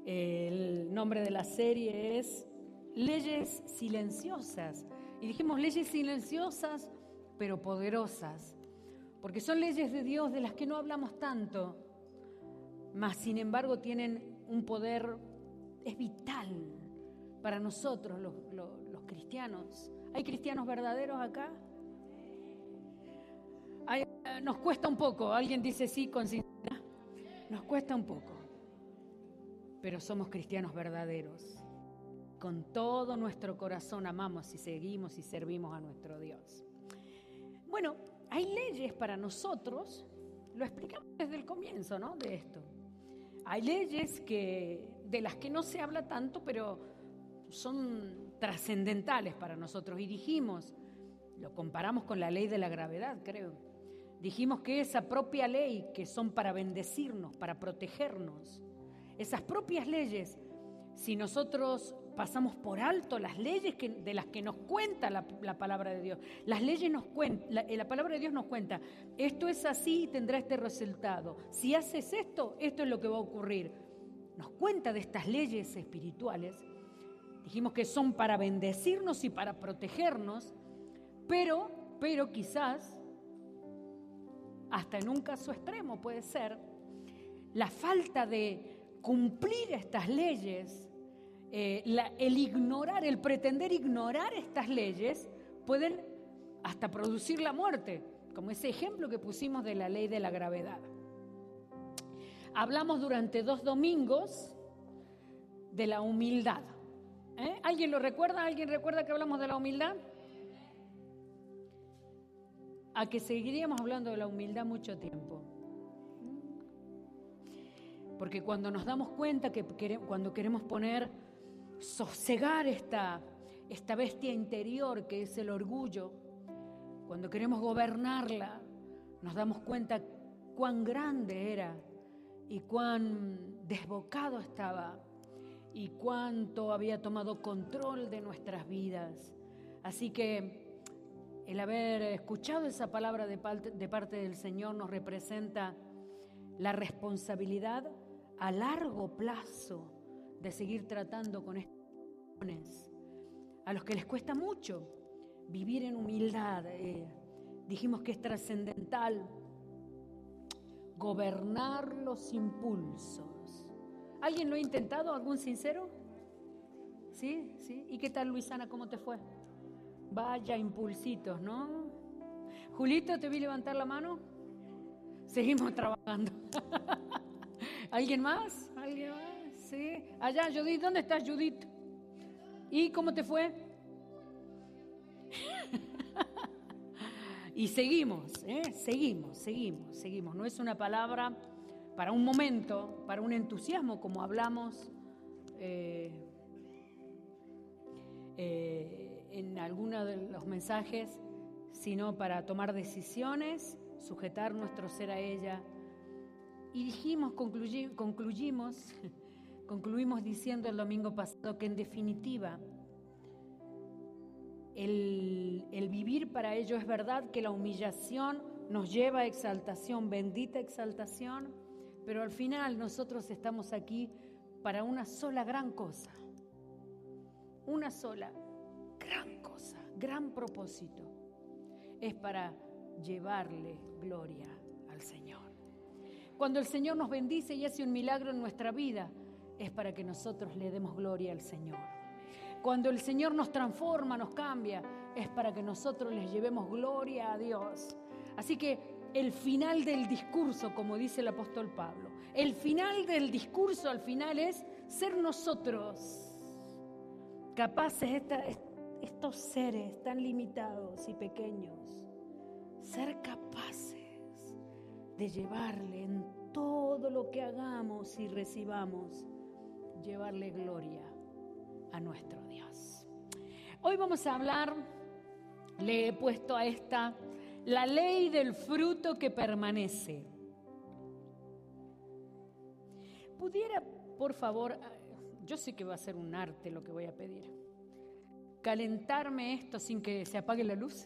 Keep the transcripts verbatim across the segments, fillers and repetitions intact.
El nombre de la serie es Leyes Silenciosas. Y dijimos leyes silenciosas, pero poderosas. Porque son leyes de Dios de las que no hablamos tanto, mas sin embargo tienen un poder, es vital para nosotros los, los, los cristianos. ¿Hay cristianos verdaderos acá? Hay, nos cuesta un poco, alguien dice sí con sinceridad, nos cuesta un poco, pero somos cristianos verdaderos. Con todo nuestro corazón amamos y seguimos y servimos a nuestro Dios. Bueno, hay leyes para nosotros, lo explicamos desde el comienzo, ¿no? De esto. Hay leyes que, de las que no se habla tanto, pero son trascendentales para nosotros. Y dijimos, lo comparamos con la ley de la gravedad, creo. Dijimos que esa propia ley, que son para bendecirnos, para protegernos, esas propias leyes, si nosotros pasamos por alto las leyes que, de las que nos cuenta la, la palabra de Dios, las leyes nos cuentan, la, la palabra de Dios nos cuenta, esto es así y tendrá este resultado. Si haces esto, esto es lo que va a ocurrir. Nos cuenta de estas leyes espirituales. Dijimos que son para bendecirnos y para protegernos, pero, pero quizás, hasta en un caso extremo puede ser, la falta de cumplir estas leyes, eh, la, el ignorar, el pretender ignorar estas leyes, pueden hasta producir la muerte, como ese ejemplo que pusimos de la ley de la gravedad. Hablamos durante dos domingos de la humildad. ¿Eh? ¿Alguien lo recuerda? ¿Alguien recuerda que hablamos de la humildad? A que seguiríamos hablando de la humildad mucho tiempo. Porque cuando nos damos cuenta que queremos, cuando queremos poner, sosegar esta, esta bestia interior que es el orgullo, cuando queremos gobernarla, nos damos cuenta cuán grande era y cuán desbocado estaba y cuánto había tomado control de nuestras vidas. Así que el haber escuchado esa palabra de parte, de parte del Señor nos representa la responsabilidad a largo plazo de seguir tratando con estos a los que les cuesta mucho vivir en humildad. Eh, dijimos que es trascendental gobernar los impulsos. ¿Alguien lo ha intentado? ¿Algún sincero? ¿Sí? ¿Sí? ¿Y qué tal, Luisana? ¿Cómo te fue? Vaya impulsitos, ¿no? Julito, ¿te vi levantar la mano? Seguimos trabajando. ¿Alguien más? ¿Alguien más? Sí. Allá, Judith, ¿dónde estás, Judith? ¿Y cómo te fue? Y seguimos, ¿eh? Seguimos, seguimos, seguimos. No es una palabra para un momento, para un entusiasmo, como hablamos eh, eh, en algunos de los mensajes, sino para tomar decisiones, sujetar nuestro ser a ella. Y dijimos, concluyi, concluimos, concluimos diciendo el domingo pasado que en definitiva el, el vivir para ello es verdad que la humillación nos lleva a exaltación, bendita exaltación, pero al final nosotros estamos aquí para una sola gran cosa, una sola gran cosa, gran propósito, es para llevarle gloria al Señor. Cuando el Señor nos bendice y hace un milagro en nuestra vida, es para que nosotros le demos gloria al Señor. Cuando el Señor nos transforma, nos cambia, es para que nosotros les llevemos gloria a Dios. Así que el final del discurso, como dice el apóstol Pablo, el final del discurso al final es ser nosotros capaces, esta, estos seres tan limitados y pequeños, ser capaces de llevarle en todo lo que hagamos y recibamos, llevarle gloria a nuestro Dios. Hoy vamos a hablar, le he puesto a esta, la ley del fruto que permanece. ¿Pudiera, por favor, yo sé que va a ser un arte lo que voy a pedir, calentarme esto sin que se apague la luz?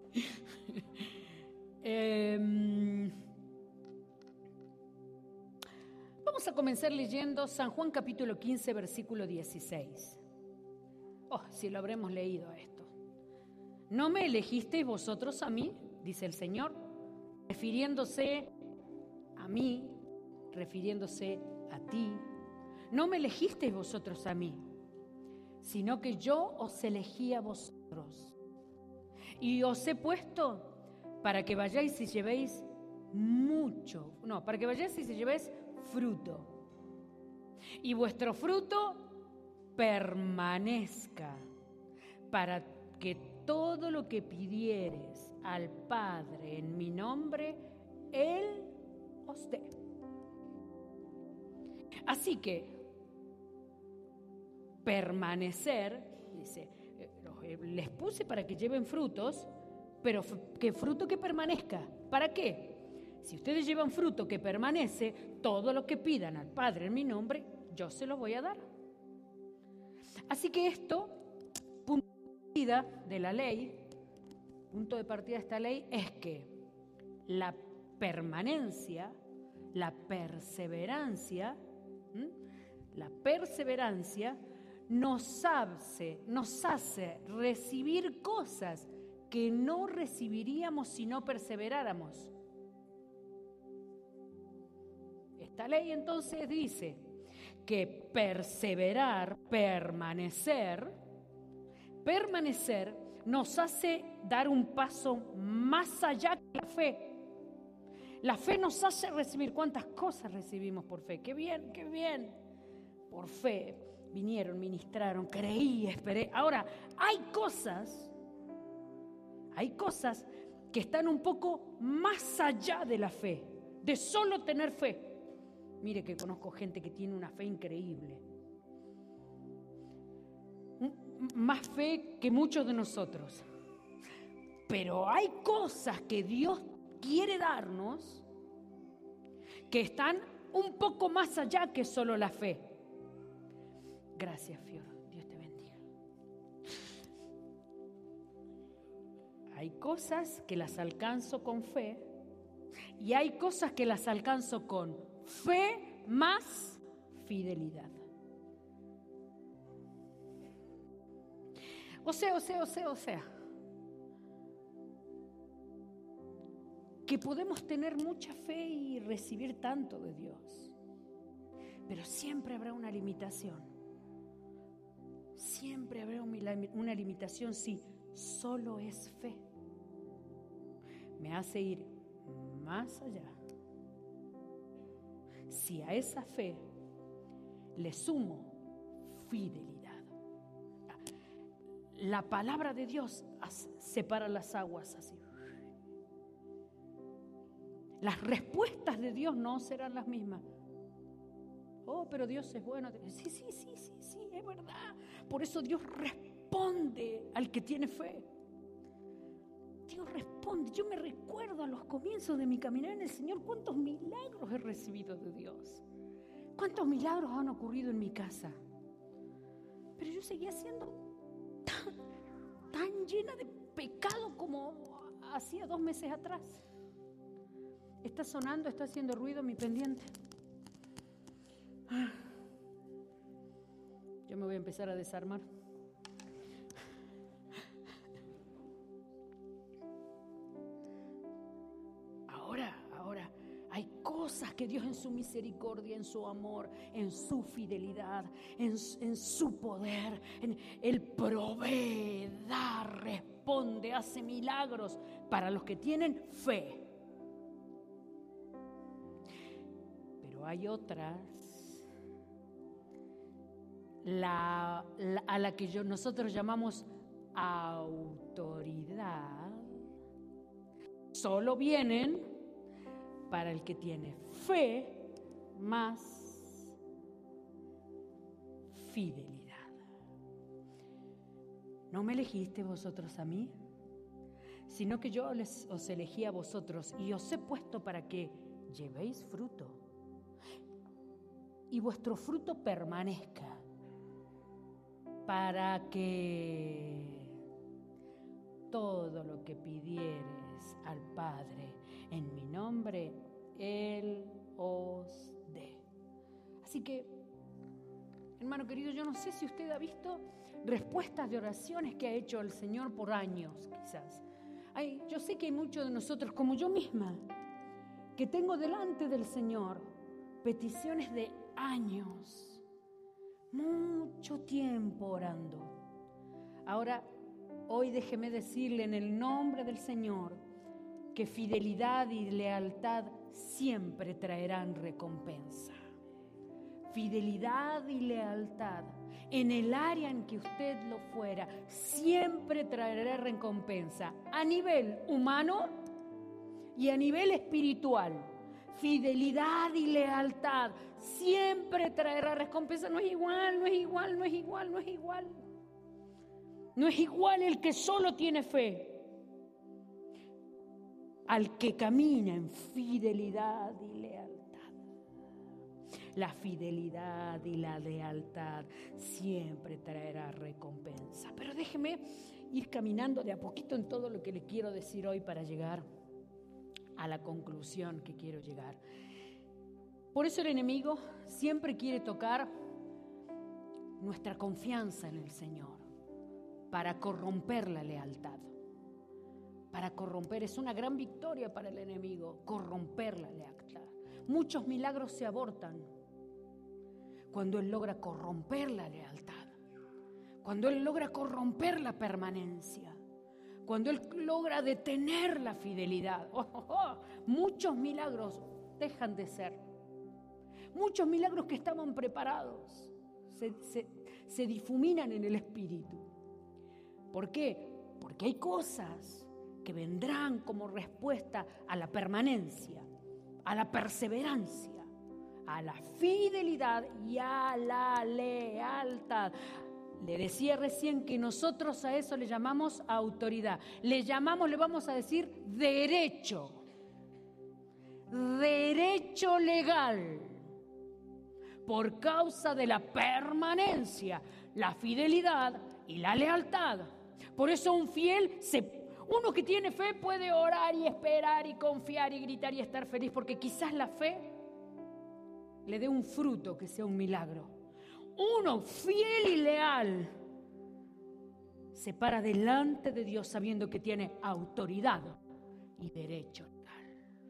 eh, Vamos a comenzar leyendo San Juan capítulo quince, versículo dieciséis. Oh, si lo habremos leído esto. ¿No me elegisteis vosotros a mí?, dice el Señor, refiriéndose a mí, refiriéndose a ti. No me elegisteis vosotros a mí, sino que yo os elegí a vosotros. Y os he puesto para que vayáis y llevéis mucho, no, para que vayáis y se llevéis fruto. Y vuestro fruto permanezca, para que todo lo que pidiereis al Padre en mi nombre, Él os dé. Así que permanecer, dice, les puse para que lleven frutos, pero que fruto que permanezca. ¿Para qué? Si ustedes llevan fruto que permanece, todo lo que pidan al Padre en mi nombre, yo se lo voy a dar. Así que esto, punto de partida de la ley, punto de partida de esta ley es que la permanencia, la perseverancia, ¿m? la perseverancia nos hace, nos hace recibir cosas que no recibiríamos si no perseveráramos. Esta ley entonces dice que perseverar, permanecer, permanecer nos hace dar un paso más allá que la fe. La fe nos hace recibir. ¿Cuántas cosas recibimos por fe? ¡Qué bien, qué bien! Por fe vinieron, ministraron, creí, esperé. Ahora, hay cosas, hay cosas que están un poco más allá de la fe, de solo tener fe. Mire que conozco gente que tiene una fe increíble. Más fe que muchos de nosotros. Pero hay cosas que Dios quiere darnos que están un poco más allá que solo la fe. Gracias, Fior. Dios te bendiga. Hay cosas que las alcanzo con fe y hay cosas que las alcanzo con fe más fidelidad. O sea, o sea, o sea, o sea, que podemos tener mucha fe y recibir tanto de Dios, pero siempre habrá una limitación. Siempre habrá una limitación si solo es fe. Me hace ir más allá. Si a esa fe le sumo fidelidad. La palabra de Dios separa las aguas así. Las respuestas de Dios no serán las mismas. Oh, pero Dios es bueno. Sí, sí, sí, sí, sí, es verdad. Por eso Dios responde al que tiene fe. Dios responde. Yo me recuerdo a los comienzos de mi caminar en el Señor cuántos milagros he recibido de Dios. Cuántos milagros han ocurrido en mi casa. Pero yo seguía siendo tan, tan llena de pecado como hacía dos meses atrás. Está sonando, está haciendo ruido mi pendiente. Yo me voy a empezar a desarmar. Ahora, ahora, hay cosas que Dios en su misericordia, en su amor, en su fidelidad, en, en su poder, en, Él provee, da, responde, hace milagros para los que tienen fe. Hay otras, la, la, a la que yo, nosotros llamamos autoridad, solo vienen para el que tiene fe más fidelidad. ¿No me elegiste vosotros a mí? Sino que yo les, os elegí a vosotros y os he puesto para que llevéis fruto. Y vuestro fruto permanezca, para que todo lo que pidieres al Padre en mi nombre, Él os dé. Así que, hermano querido, yo no sé si usted ha visto respuestas de oraciones que ha hecho el Señor por años, quizás. Ay, yo sé que hay muchos de nosotros, como yo misma, que tengo delante del Señor peticiones de años, mucho tiempo orando. Ahora, hoy déjeme decirle en el nombre del Señor que fidelidad y lealtad siempre traerán recompensa. Fidelidad y lealtad en el área en que usted lo fuera siempre traerá recompensa a nivel humano y a nivel espiritual. Fidelidad y lealtad siempre traerá recompensa. No es igual, no es igual, no es igual, no es igual. No es igual el que solo tiene fe al que camina en fidelidad y lealtad. La fidelidad y la lealtad siempre traerá recompensa. Pero déjeme ir caminando de a poquito en todo lo que le quiero decir hoy para llegar a la conclusión que quiero llegar. Por eso el enemigo siempre quiere tocar nuestra confianza en el Señor para corromper la lealtad. Para corromper, es una gran victoria para el enemigo, corromper la lealtad. Muchos milagros se abortan cuando él logra corromper la lealtad, cuando él logra corromper la permanencia, cuando él logra detener la fidelidad. Oh, oh, oh. Muchos milagros dejan de ser. Muchos milagros que estaban preparados se, se, se difuminan en el espíritu. ¿Por qué? Porque hay cosas que vendrán como respuesta a la permanencia, a la perseverancia, a la fidelidad y a la lealtad. Le decía recién que nosotros a eso le llamamos autoridad. Le llamamos, le vamos a decir, derecho. Derecho legal. Por causa de la permanencia, la fidelidad y la lealtad. Por eso un fiel, se, uno que tiene fe puede orar y esperar y confiar y gritar y estar feliz, porque quizás la fe le dé un fruto que sea un milagro. Uno fiel y leal se para delante de Dios sabiendo que tiene autoridad y derecho legal.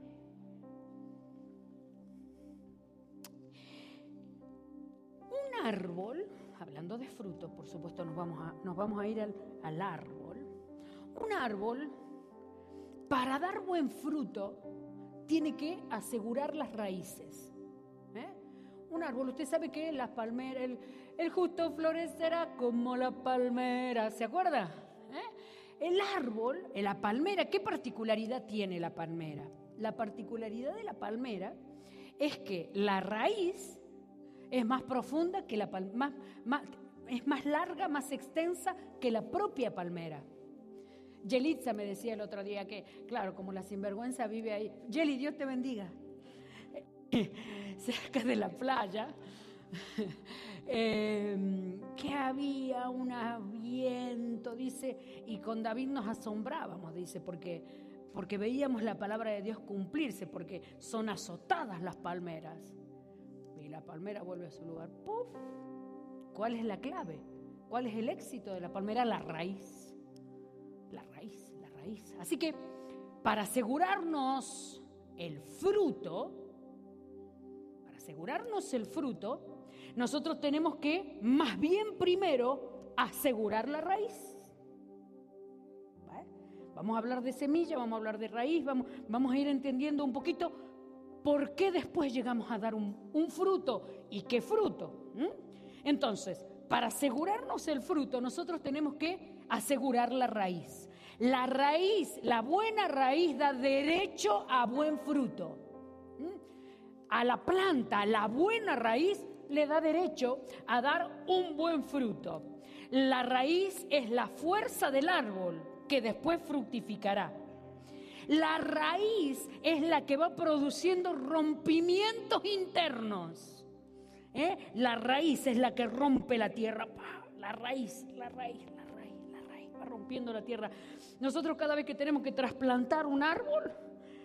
Un árbol, hablando de fruto, por supuesto nos vamos a, nos vamos a ir al, al árbol. Un árbol, para dar buen fruto, tiene que asegurar las raíces. ¿Eh? Un árbol, usted sabe que las palmeras, el, el justo florecerá como la palmera, ¿se acuerda? ¿Eh? El árbol, la palmera, ¿qué particularidad tiene la palmera? La particularidad de la palmera es que la raíz es más profunda que la palmera, más, más, es más larga, más extensa que la propia palmera. Yelitza me decía el otro día que, claro, como la sinvergüenza vive ahí. Yeli, Dios te bendiga. Cerca de la playa, eh, que había un viento, dice, y con David nos asombrábamos, dice, porque, porque veíamos la palabra de Dios cumplirse, porque son azotadas las palmeras. Y la palmera vuelve a su lugar. ¡Puf! ¿Cuál es la clave? ¿Cuál es el éxito de la palmera? La raíz. La raíz, la raíz. Así que, para asegurarnos el fruto, para asegurarnos el fruto, nosotros tenemos que, más bien primero, asegurar la raíz. ¿Vale? Vamos a hablar de semilla, vamos a hablar de raíz, vamos, vamos a ir entendiendo un poquito por qué después llegamos a dar un, un fruto y qué fruto. ¿Mm? Entonces, para asegurarnos el fruto, nosotros tenemos que asegurar la raíz. La raíz, la buena raíz da derecho a buen fruto. ¿Mm? A la planta, la buena raíz le da derecho a dar un buen fruto. La raíz es la fuerza del árbol que después fructificará. La raíz es la que va produciendo rompimientos internos. ¿Eh? La raíz es la que rompe la tierra. La raíz, la raíz, la raíz, la raíz va rompiendo la tierra. Nosotros cada vez que tenemos que trasplantar un árbol,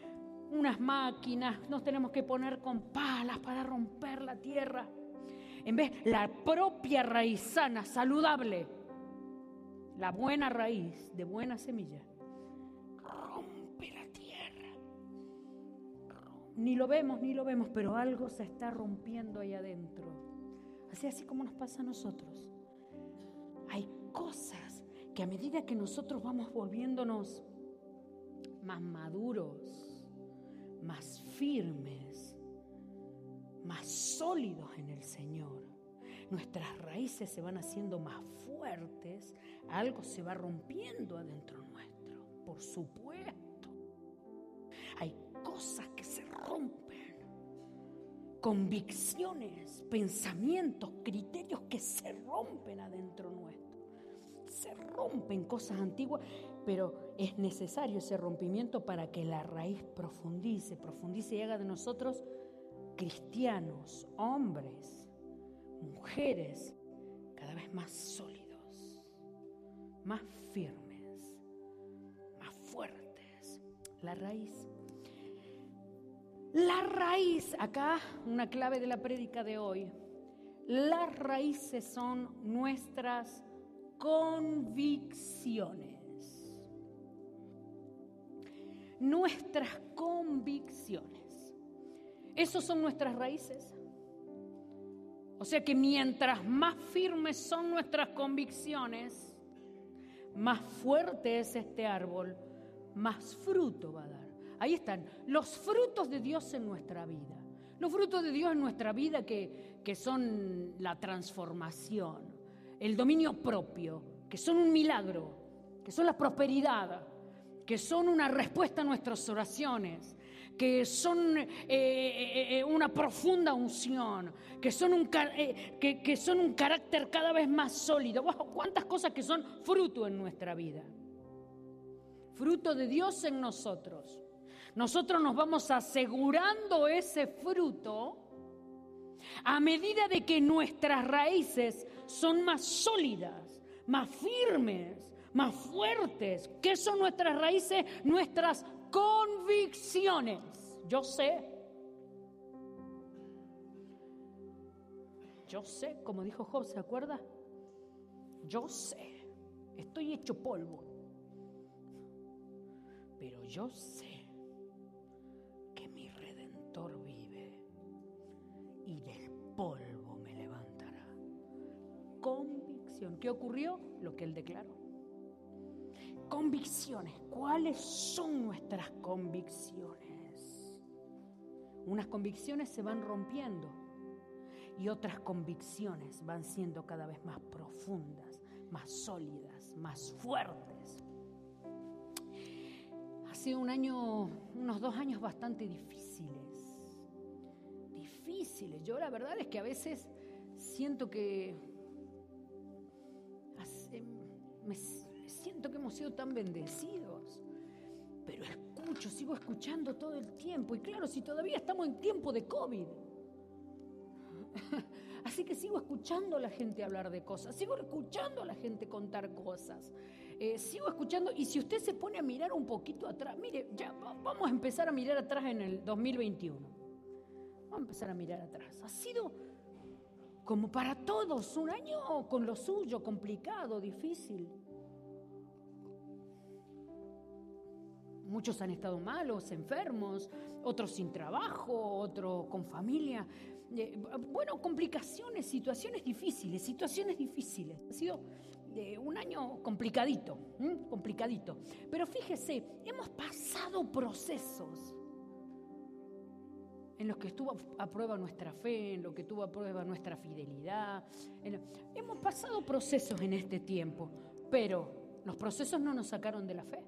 unas máquinas, nos tenemos que poner con palas para romper la tierra. En vez, la propia raíz sana, saludable, la buena raíz de buena semilla, rompe la tierra. Ni lo vemos, ni lo vemos, pero algo se está rompiendo ahí adentro. Así, así como nos pasa a nosotros. Hay cosas que a medida que nosotros vamos volviéndonos más maduros, más firmes, más sólidos en el Señor, nuestras raíces se van haciendo más fuertes, algo se va rompiendo adentro nuestro, por supuesto. Hay cosas que se rompen, convicciones, pensamientos, criterios que se rompen adentro nuestro. Se rompen cosas antiguas, pero es necesario ese rompimiento para que la raíz profundice, profundice y haga de nosotros cristianos, hombres, mujeres, cada vez más sólidos, más firmes, más fuertes. La raíz. La raíz, acá una clave de la prédica de hoy. Las raíces son nuestras convicciones. Nuestras convicciones. Esos son nuestras raíces. O sea que mientras más firmes son nuestras convicciones, más fuerte es este árbol, más fruto va a dar. Ahí están los frutos de Dios en nuestra vida. Los frutos de Dios en nuestra vida que, que son la transformación, el dominio propio, que son un milagro, que son la prosperidad, que son una respuesta a nuestras oraciones, que son eh, eh, una profunda unción, que son, un, eh, que, que son un carácter cada vez más sólido. ¡Wow! ¿Cuántas cosas que son fruto en nuestra vida? Fruto de Dios en nosotros. Nosotros nos vamos asegurando ese fruto a medida de que nuestras raíces son más sólidas, más firmes, más fuertes. ¿Qué son nuestras raíces? Nuestras convicciones. Yo sé, yo sé, como dijo Job, ¿se acuerda? Yo sé, estoy hecho polvo, pero yo sé que mi Redentor vive y del polvo me levantará. Convicción. ¿Qué ocurrió? Lo que él declaró. Convicciones. ¿Cuáles son nuestras convicciones? Unas convicciones se van rompiendo y otras convicciones van siendo cada vez más profundas, más sólidas, más fuertes. Ha sido un año, unos dos años bastante difíciles. Difíciles. Yo la verdad es que a veces siento que me siento que hemos sido tan bendecidos, pero escucho, sigo escuchando todo el tiempo, y claro, si todavía estamos en tiempo de COVID, así que sigo escuchando a la gente hablar de cosas, sigo escuchando a la gente contar cosas, eh, sigo escuchando, y si usted se pone a mirar un poquito atrás, mire, ya vamos a empezar a mirar atrás en el dos mil veintiuno, vamos a empezar a mirar atrás, ha sido como para todos un año con lo suyo, complicado, difícil. Muchos han estado malos, enfermos, otros sin trabajo, otros con familia. Eh, bueno, complicaciones, situaciones difíciles, situaciones difíciles. Ha sido eh, un año complicadito, ¿eh? complicadito. Pero fíjese, hemos pasado procesos en los que estuvo a prueba nuestra fe, en los que estuvo a prueba nuestra fidelidad. En lo... Hemos pasado procesos en este tiempo, pero los procesos no nos sacaron de la fe.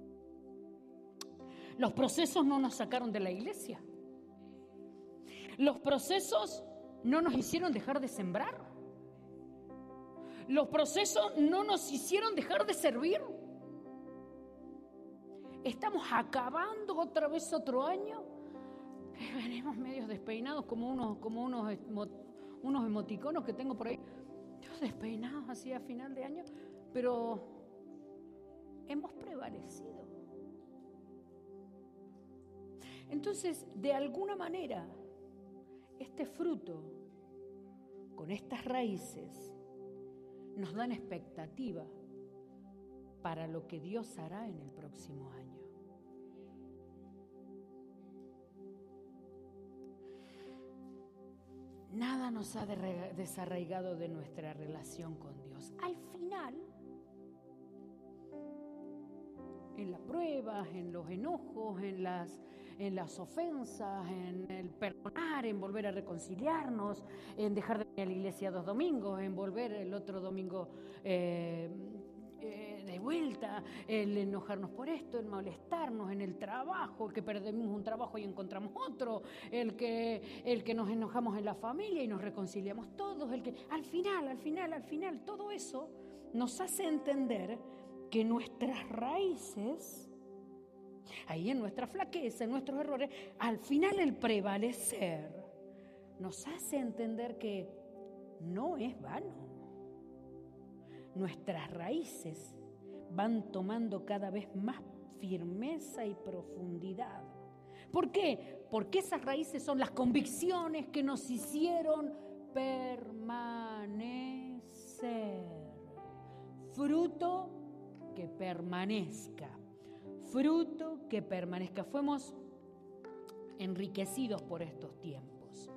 Los procesos no nos sacaron de la iglesia. Los procesos no nos hicieron dejar de sembrar. Los procesos no nos hicieron dejar de servir. Estamos acabando otra vez otro año. Venimos medios despeinados como unos, como unos, unos emoticonos que tengo por ahí. Despeinados así a final de año. Pero hemos prevalecido. Entonces, de alguna manera, este fruto, con estas raíces, nos dan expectativa para lo que Dios hará en el próximo año. Nada nos ha desarraigado de nuestra relación con Dios. Al final, en las pruebas, en los enojos, en las, en las ofensas, en el perdonar, en volver a reconciliarnos, en dejar de venir a la iglesia dos domingos, en volver el otro domingo eh, eh, de vuelta, el enojarnos por esto, el molestarnos en el trabajo, el que perdemos un trabajo y encontramos otro, el que, el que nos enojamos en la familia y nos reconciliamos todos, el que al final, al final, al final, todo eso nos hace entender que nuestras raíces, ahí en nuestra flaqueza, en nuestros errores, al final el prevalecer nos hace entender que no es vano. Nuestras raíces van tomando cada vez más firmeza y profundidad. ¿Por qué? Porque esas raíces son las convicciones que nos hicieron permanecer. Fruto que permanezca, fruto que permanezca. Fuimos enriquecidos por estos tiempos.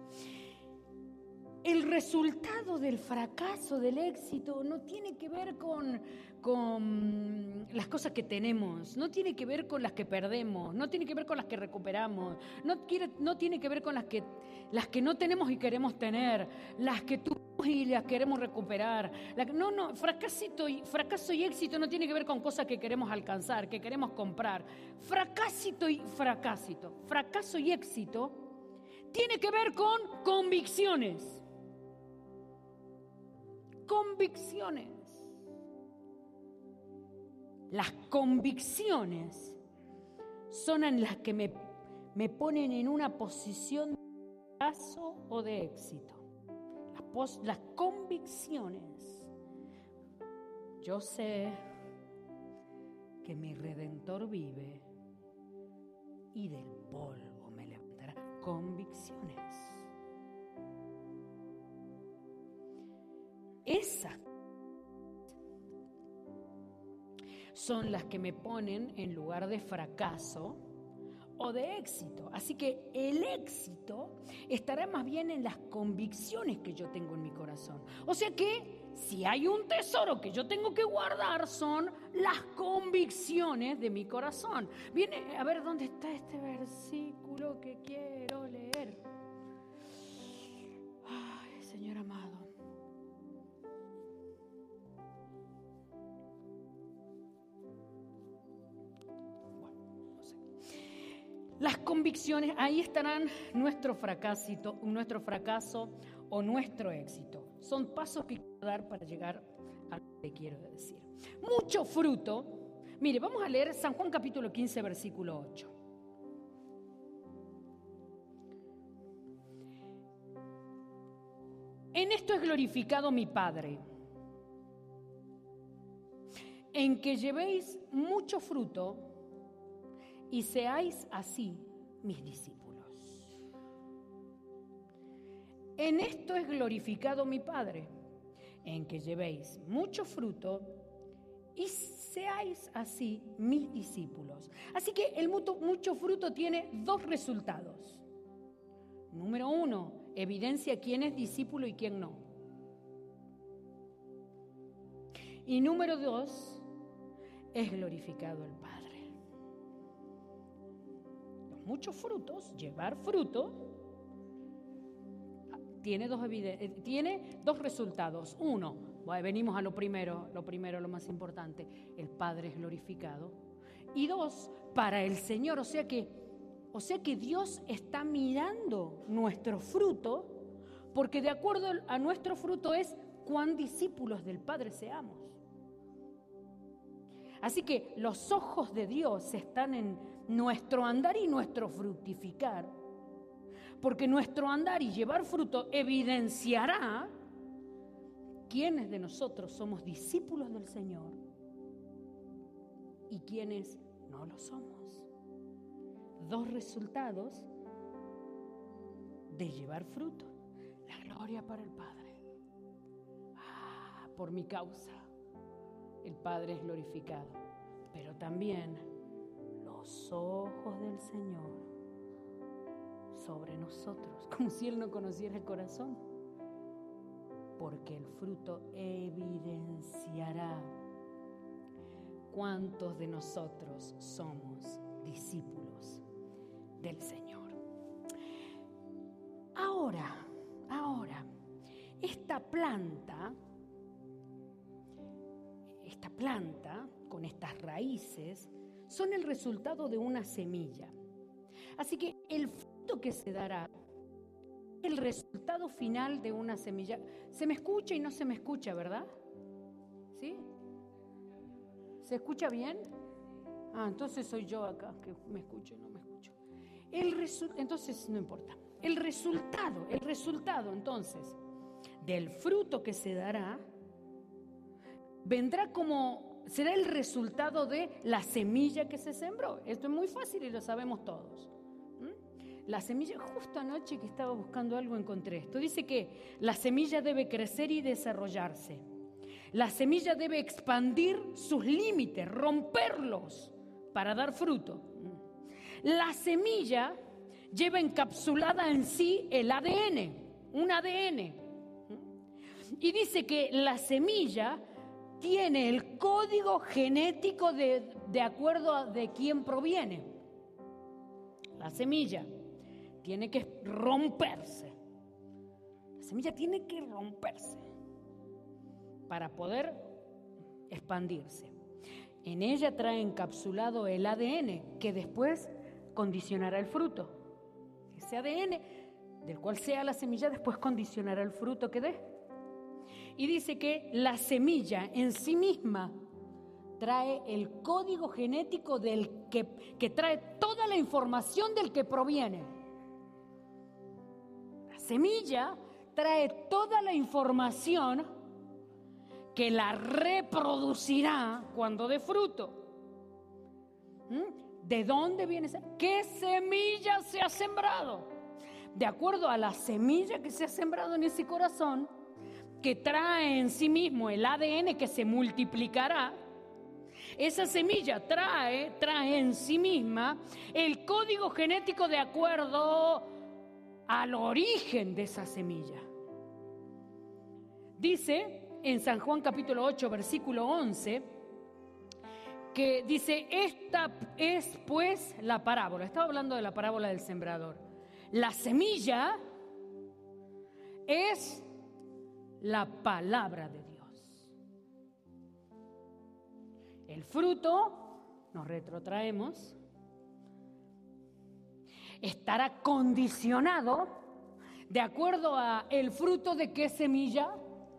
El resultado del fracaso, del éxito, no tiene que ver con, con las cosas que tenemos, no tiene que ver con las que perdemos, no tiene que ver con las que recuperamos, no, quiere, no tiene que ver con las que, las que no tenemos y queremos tener, las que tuvimos y las queremos recuperar. La, no, no, fracasito y, fracaso y éxito no tiene que ver con cosas que queremos alcanzar, que queremos comprar. Fracasito y fracasito, fracaso y éxito tiene que ver con convicciones. Convicciones. Las convicciones son en las que me, me ponen en una posición de fracaso o de éxito. Las, pos, las convicciones. Yo sé que mi Redentor vive y del polvo me levantará. Convicciones. Esas son las que me ponen en lugar de fracaso o de éxito. Así que el éxito estará más bien en las convicciones que yo tengo en mi corazón. O sea que si hay un tesoro que yo tengo que guardar, son las convicciones de mi corazón. Viene, a ver, ¿dónde está este versículo que quiero leer? Ay, Señor amado. Las convicciones, ahí estarán nuestro fracasito, nuestro fracaso o nuestro éxito. Son pasos que quiero dar para llegar a lo que quiero decir. Mucho fruto. Mire, vamos a leer San Juan capítulo quince, versículo ocho. En esto es glorificado mi Padre, en que llevéis mucho fruto y seáis así mis discípulos. En esto es glorificado mi Padre, en que llevéis mucho fruto y seáis así mis discípulos. Así que el mucho, mucho fruto tiene dos resultados. Número uno, evidencia quién es discípulo y quién no. Y número dos, es glorificado el Padre. Muchos frutos, llevar fruto, tiene dos, eviden- tiene dos resultados. Uno, bueno, venimos a lo primero, lo primero, lo más importante, el Padre es glorificado. Y dos, para el Señor, o sea que, o sea que Dios está mirando nuestro fruto, porque de acuerdo a nuestro fruto es cuán discípulos del Padre seamos. Así que los ojos de Dios están en nuestro andar y nuestro fructificar, porque nuestro andar y llevar fruto evidenciará quiénes de nosotros somos discípulos del Señor y quiénes no lo somos. dos resultados de llevar fruto. La gloria para el Padre. Ah, por mi causa, el Padre es glorificado. Pero también los ojos del Señor sobre nosotros, como si Él no conociera el corazón. Porque el fruto evidenciará cuántos de nosotros somos discípulos del Señor. Ahora, ahora, esta planta, esta planta con estas raíces son el resultado de una semilla. Así que el fruto que se dará, el resultado final de una semilla. Se me escucha y no se me escucha, ¿verdad? ¿Sí? ¿Se escucha bien? Ah, entonces soy yo acá que me escucho y no me escucho. El resu- entonces no importa. El resultado, el resultado entonces del fruto que se dará vendrá como, será el resultado de la semilla que se sembró. Esto es muy fácil y lo sabemos todos. La semilla, justo anoche que estaba buscando algo encontré esto. Dice que la semilla debe crecer y desarrollarse. La semilla debe expandir sus límites, romperlos para dar fruto. La semilla lleva encapsulada en sí el A D N, un A D N. Y dice que la semilla tiene el código genético de, de acuerdo a de quién proviene. La semilla tiene que romperse. La semilla tiene que romperse para poder expandirse. En ella trae encapsulado el A D N que después condicionará el fruto. Ese A D N del cual sea la semilla después condicionará el fruto que dé. Y dice que la semilla en sí misma trae el código genético del que, que trae toda la información del que proviene. La semilla trae toda la información que la reproducirá cuando dé fruto. ¿Mm? ¿De dónde viene esa? ¿Qué semilla se ha sembrado? De acuerdo a la semilla que se ha sembrado en ese corazón, que trae en sí mismo el A D N que se multiplicará, esa semilla trae, trae en sí misma el código genético de acuerdo al origen de esa semilla. Dice en San Juan capítulo ocho, versículo once, que dice, esta es pues la parábola. Estaba hablando de la parábola del sembrador. La semilla es la palabra de Dios. El fruto, nos retrotraemos, estará condicionado de acuerdo a el fruto de qué semilla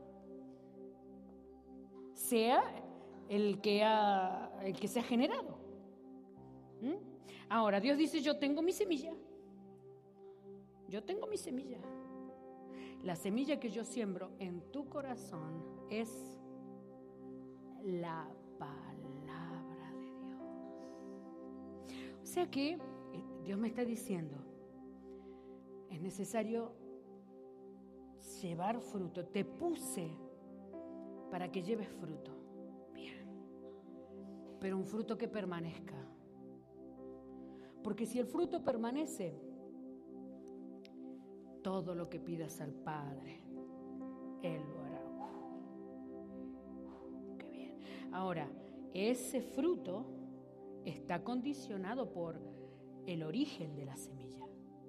sea el que, ha, el que se ha generado. ¿Mm? Ahora, Dios dice, yo tengo mi semilla. Yo tengo mi semilla. La semilla que yo siembro en tu corazón es la palabra de Dios. O sea que Dios me está diciendo, es necesario llevar fruto. Te puse para que lleves fruto. Bien. Pero un fruto que permanezca. Porque si el fruto permanece, todo lo que pidas al Padre, Él lo hará. Qué bien. Ahora, ese fruto está condicionado por el origen de la semilla,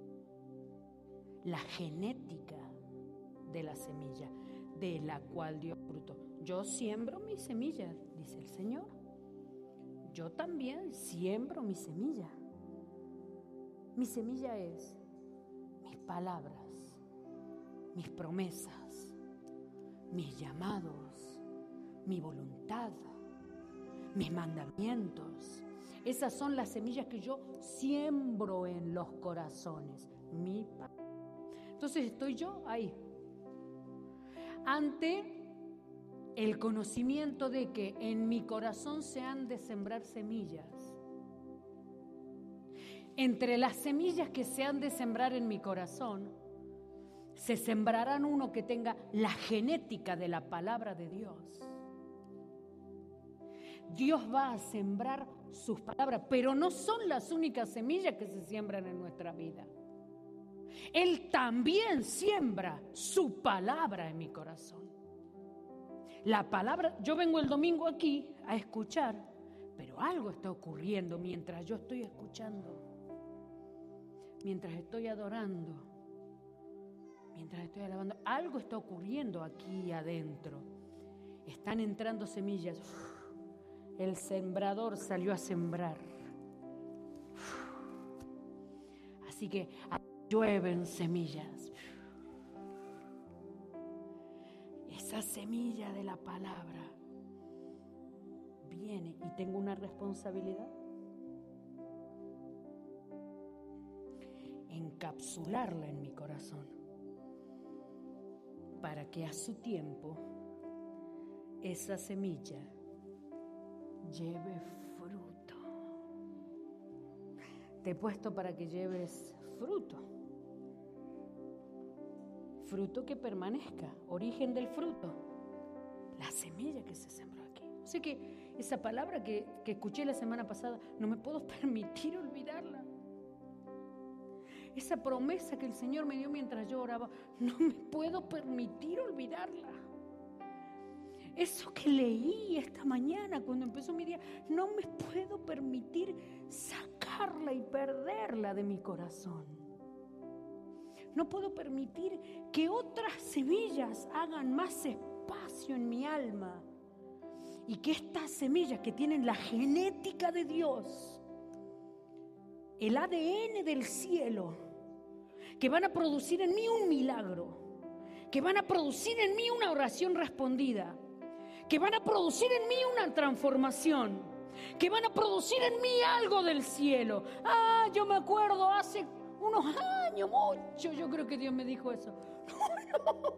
la genética de la semilla, de la cual dio fruto. Yo siembro mi semilla, dice el Señor. Yo también siembro mi semilla. Mi semilla es mis palabras, mis promesas, mis llamados, mi voluntad, mis mandamientos. Esas son las semillas que yo siembro en los corazones. Mi palabra. Entonces estoy yo ahí, ante el conocimiento de que en mi corazón se han de sembrar semillas. entre las semillas que se han de sembrar en mi corazón, se sembrarán uno que tenga la genética de la palabra de Dios. Dios va a sembrar sus palabras, pero no son las únicas semillas que se siembran en nuestra vida. Él también siembra su palabra en mi corazón. La palabra, yo vengo el domingo aquí a escuchar, pero algo está ocurriendo mientras yo estoy escuchando, mientras estoy adorando, mientras estoy alabando. Algo está ocurriendo aquí adentro. Están entrando semillas. El sembrador salió a sembrar. Así que llueven semillas. Esa semilla de la palabra viene y tengo una responsabilidad. Encapsularla en mi corazón para que a su tiempo esa semilla lleve fruto. Te he puesto para que lleves fruto. Fruto que permanezca, origen del fruto, la semilla que se sembró aquí. O sea que esa palabra que, que escuché la semana pasada, no me puedo permitir olvidarla. Esa promesa que el Señor me dio mientras yo oraba, no me puedo permitir olvidarla. Eso que leí esta mañana cuando empezó mi día, no me puedo permitir sacarla y perderla de mi corazón. No puedo permitir que otras semillas hagan más espacio en mi alma y que estas semillas que tienen la genética de Dios, el A D N del cielo, que van a producir en mí un milagro, que van a producir en mí una oración respondida, que van a producir en mí una transformación, que van a producir en mí algo del cielo. Ah, yo me acuerdo hace unos años, mucho, yo creo que Dios me dijo eso. No, no.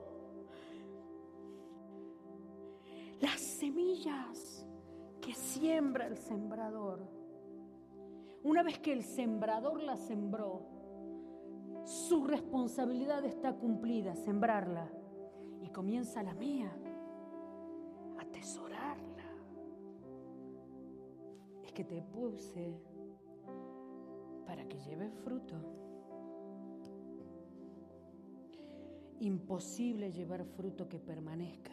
Las semillas que siembra el sembrador, una vez que el sembrador las sembró, su responsabilidad está cumplida, sembrarla. Y comienza la mía, atesorarla. Es que te puse para que lleve fruto. Imposible llevar fruto que permanezca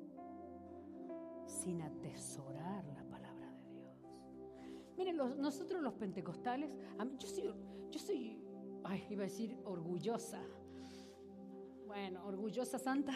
sin atesorar la palabra de Dios. Miren, los, nosotros los pentecostales, a mí, yo soy, yo soy, ay, iba a decir orgullosa. Bueno, orgullosa santa.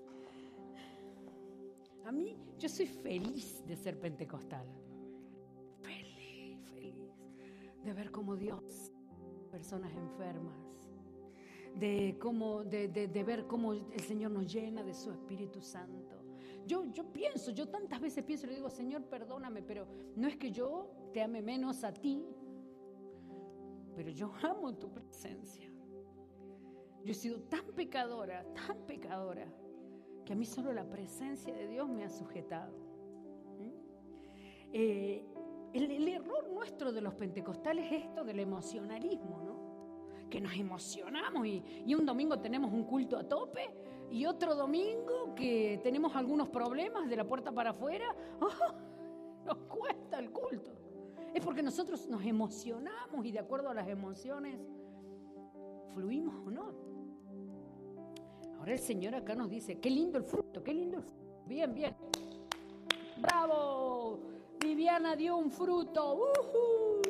A mí, yo soy feliz de ser pentecostal. Feliz, feliz de ver cómo Dios, personas enfermas. De, cómo, de, de, de ver cómo el Señor nos llena de su Espíritu Santo. Yo, yo pienso, yo tantas veces pienso y le digo, Señor, perdóname, pero no es que yo te ame menos a ti, pero yo amo tu presencia. Yo he sido tan pecadora, tan pecadora, que a mí solo la presencia de Dios me ha sujetado. ¿Mm? Eh, el, el error nuestro de los pentecostales es esto del emocionalismo, ¿no? Que nos emocionamos y, y un domingo tenemos un culto a tope y otro domingo que tenemos algunos problemas de la puerta para afuera, oh, nos cuesta el culto. Es porque nosotros nos emocionamos y de acuerdo a las emociones fluimos o no. Ahora el Señor acá nos dice, qué lindo el fruto, qué lindo el fruto. Bien, bien. ¡Bravo! Viviana dio un fruto. ¡Uh-huh!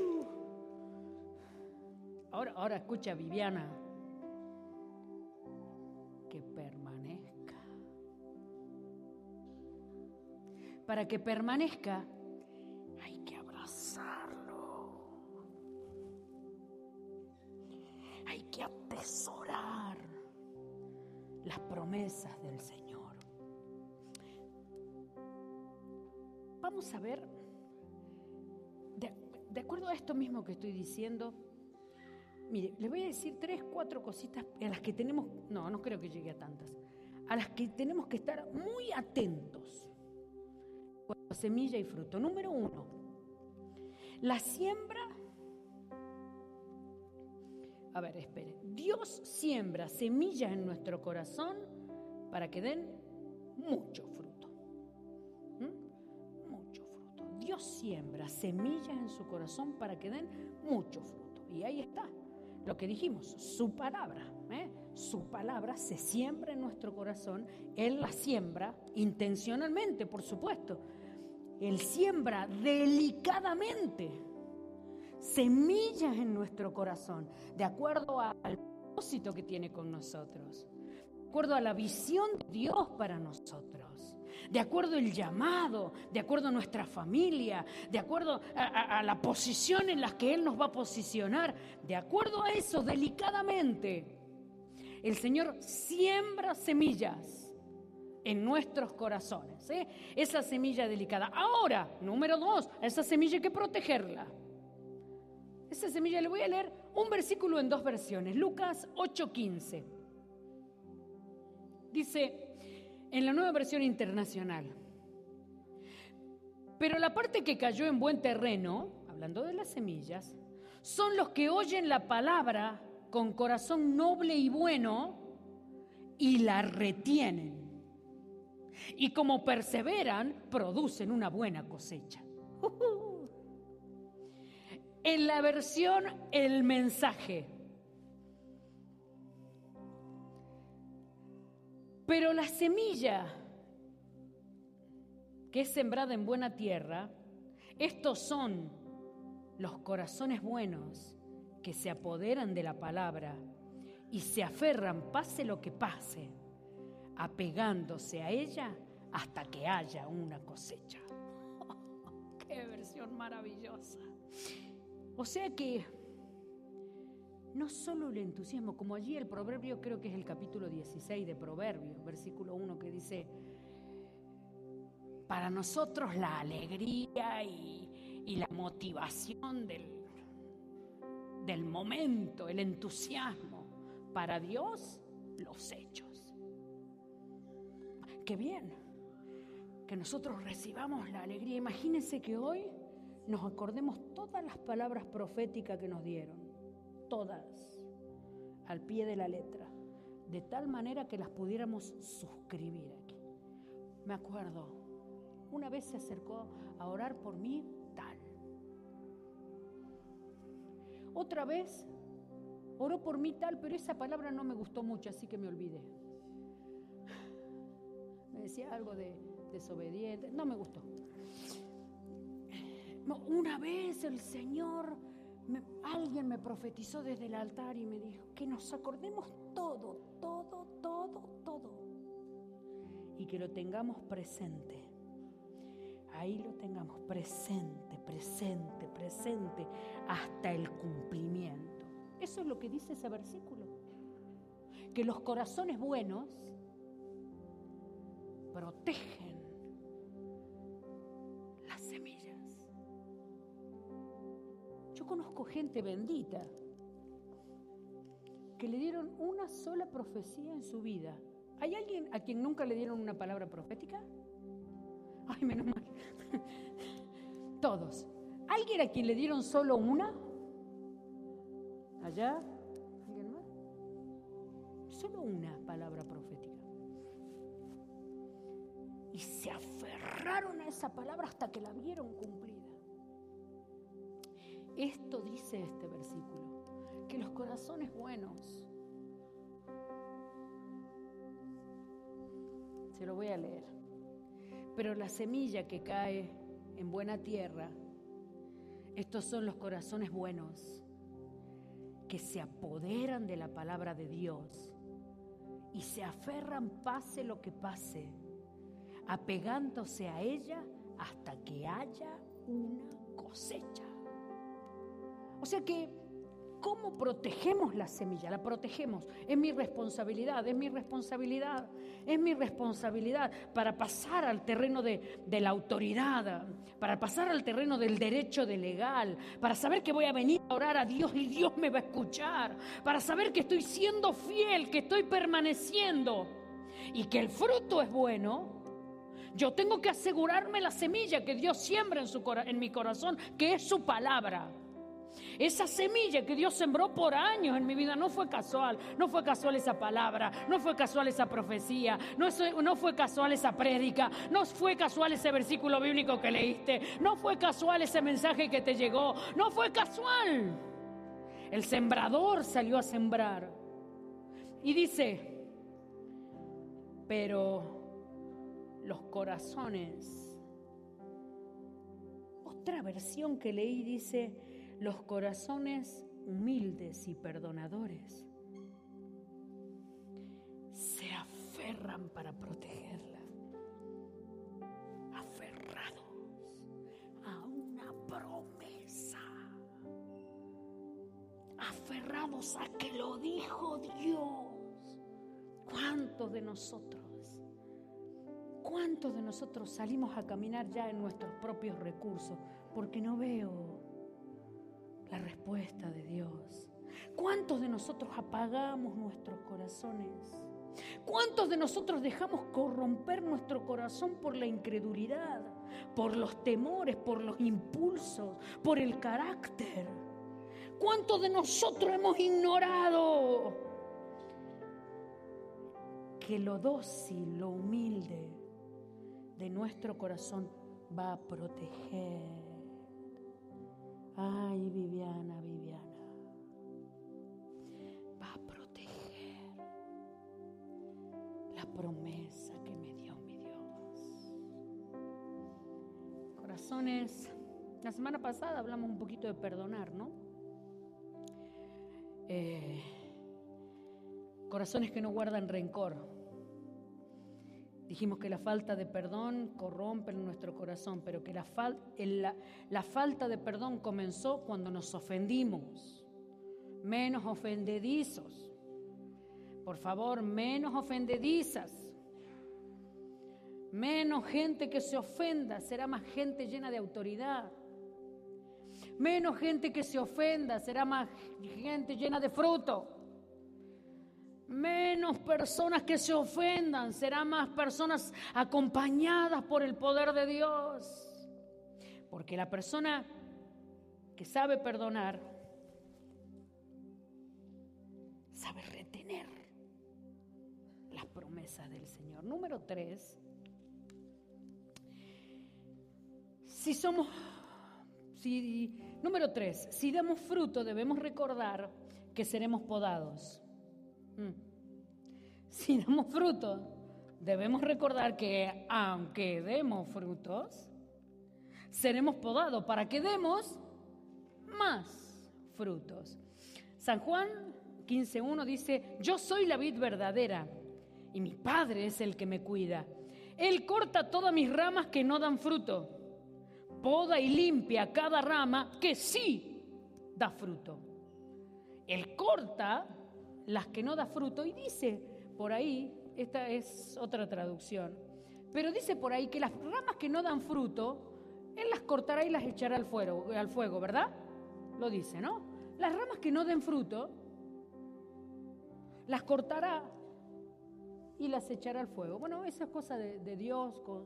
Ahora, ahora escucha, Viviana, que permanezca. Para que permanezca, hay que abrazarlo. Hay que atesorar las promesas del Señor. Vamos a ver, de, de acuerdo a esto mismo que estoy diciendo, mire, les voy a decir tres, cuatro cositas a las que tenemos, no, no creo que llegue a tantas, a las que tenemos que estar muy atentos cuando semilla y fruto. Número uno, la siembra a ver, espere. Dios siembra semillas en nuestro corazón para que den mucho fruto. ¿Mm? Mucho fruto. Dios siembra semillas en su corazón para que den mucho fruto. Y ahí está, lo que dijimos, su palabra. ¿eh? Su palabra se siembra en nuestro corazón. Él la siembra intencionalmente, por supuesto. Él siembra delicadamente semillas en nuestro corazón, de acuerdo al propósito que tiene con nosotros, de acuerdo a la visión de Dios para nosotros, de acuerdo al llamado, de acuerdo a nuestra familia, de acuerdo a, a, a la posición en la que Él nos va a posicionar, de acuerdo a eso, delicadamente, el Señor siembra semillas en nuestros corazones, ¿eh? Esa semilla delicada. Ahora, número dos, esa semilla hay que protegerla. Esa semilla, le voy a leer un versículo en dos versiones. Lucas ocho quince. Dice, en la Nueva Versión Internacional: pero la parte que cayó en buen terreno, hablando de las semillas, son los que oyen la palabra con corazón noble y bueno y la retienen. Y como perseveran, producen una buena cosecha. Uh-huh. En la versión El Mensaje: pero la semilla que es sembrada en buena tierra, estos son los corazones buenos que se apoderan de la palabra y se aferran, pase lo que pase, apegándose a ella hasta que haya una cosecha. Oh, ¡qué versión maravillosa! O sea que no solo el entusiasmo, como allí el proverbio, creo que es el capítulo dieciséis de Proverbios, versículo uno, que dice: para nosotros la alegría y, y la motivación del, del momento, el entusiasmo; para Dios, los hechos. ¡Qué bien! Que nosotros recibamos la alegría. Imagínense que hoy nos acordemos todas las palabras proféticas que nos dieron, todas, al pie de la letra, de tal manera que las pudiéramos suscribir aquí. Me acuerdo, una vez se acercó a orar por mí tal. Otra vez oró por mí tal, pero esa palabra no me gustó mucho, así que me olvidé. Me decía algo de desobediente, no me gustó. Una vez el Señor, me, alguien me profetizó desde el altar y me dijo que nos acordemos todo, todo, todo, todo, y que lo tengamos presente. Ahí lo tengamos presente, presente, presente, hasta el cumplimiento. Eso es lo que dice ese versículo. Que los corazones buenos protegen las semillas. Yo conozco gente bendita que le dieron una sola profecía en su vida. ¿Hay alguien a quien nunca le dieron una palabra profética? Ay, menos mal. Todos. ¿Alguien a quien le dieron solo una? ¿Allá? ¿Alguien más? Solo una palabra profética. Y se aferraron a esa palabra hasta que la vieron cumplida. Esto dice este versículo, que los corazones buenos, se lo voy a leer, pero la semilla que cae en buena tierra, estos son los corazones buenos que se apoderan de la palabra de Dios y se aferran pase lo que pase, apegándose a ella hasta que haya una cosecha. O sea que, ¿cómo protegemos la semilla? La protegemos. Es mi responsabilidad, es mi responsabilidad, es mi responsabilidad para pasar al terreno de, de la autoridad, para pasar al terreno del derecho de legal, para saber que voy a venir a orar a Dios y Dios me va a escuchar, para saber que estoy siendo fiel, que estoy permaneciendo y que el fruto es bueno. Yo tengo que asegurarme la semilla que Dios siembra en, su, en mi corazón, que es su palabra. Esa semilla que Dios sembró por años en mi vida no fue casual, no fue casual esa palabra, no fue casual esa profecía, no, no fue casual esa prédica, no fue casual ese versículo bíblico que leíste, no fue casual ese mensaje que te llegó, no fue casual. El sembrador salió a sembrar y dice, pero los corazones, otra versión que leí dice, los corazones humildes y perdonadores se aferran para protegerla, aferrados a una promesa, aferrados a que lo dijo Dios. ¿Cuántos de nosotros, cuántos de nosotros salimos a caminar ya en nuestros propios recursos porque no veo la respuesta de Dios? ¿Cuántos de nosotros apagamos nuestros corazones? ¿Cuántos de nosotros dejamos corromper nuestro corazón por la incredulidad, por los temores, por los impulsos, por el carácter? ¿Cuántos de nosotros hemos ignorado que lo dócil, lo humilde de nuestro corazón va a proteger? Ay, Viviana, Viviana, va a proteger la promesa que me dio mi Dios. Corazones, la semana pasada hablamos un poquito de perdonar, ¿no? Eh, corazones que no guardan rencor. Dijimos que la falta de perdón corrompe nuestro corazón, pero que la, fal- la, la falta de perdón comenzó cuando nos ofendimos. Menos ofendedizos. Por favor, menos ofendedizas. Menos gente que se ofenda, será más gente llena de autoridad. Menos gente que se ofenda, será más gente llena de fruto. Menos personas que se ofendan, serán más personas acompañadas por el poder de Dios. Porque la persona que sabe perdonar, sabe retener las promesas del Señor. Número tres, si somos, si, número tres, si damos fruto debemos recordar que seremos podados. Si damos fruto, debemos recordar que aunque demos frutos, seremos podados para que demos más frutos. San Juan quince uno dice, yo soy la vid verdadera y mi Padre es el que me cuida. Él corta todas mis ramas que no dan fruto, poda y limpia cada rama que sí da fruto. Él corta las que no da fruto, y dice por ahí, esta es otra traducción, pero dice por ahí que las ramas que no dan fruto, Él las cortará y las echará al fuego, al fuego, ¿verdad? Lo dice, ¿no? Las ramas que no den fruto, las cortará y las echará al fuego. Bueno, esa es cosa de, de Dios con,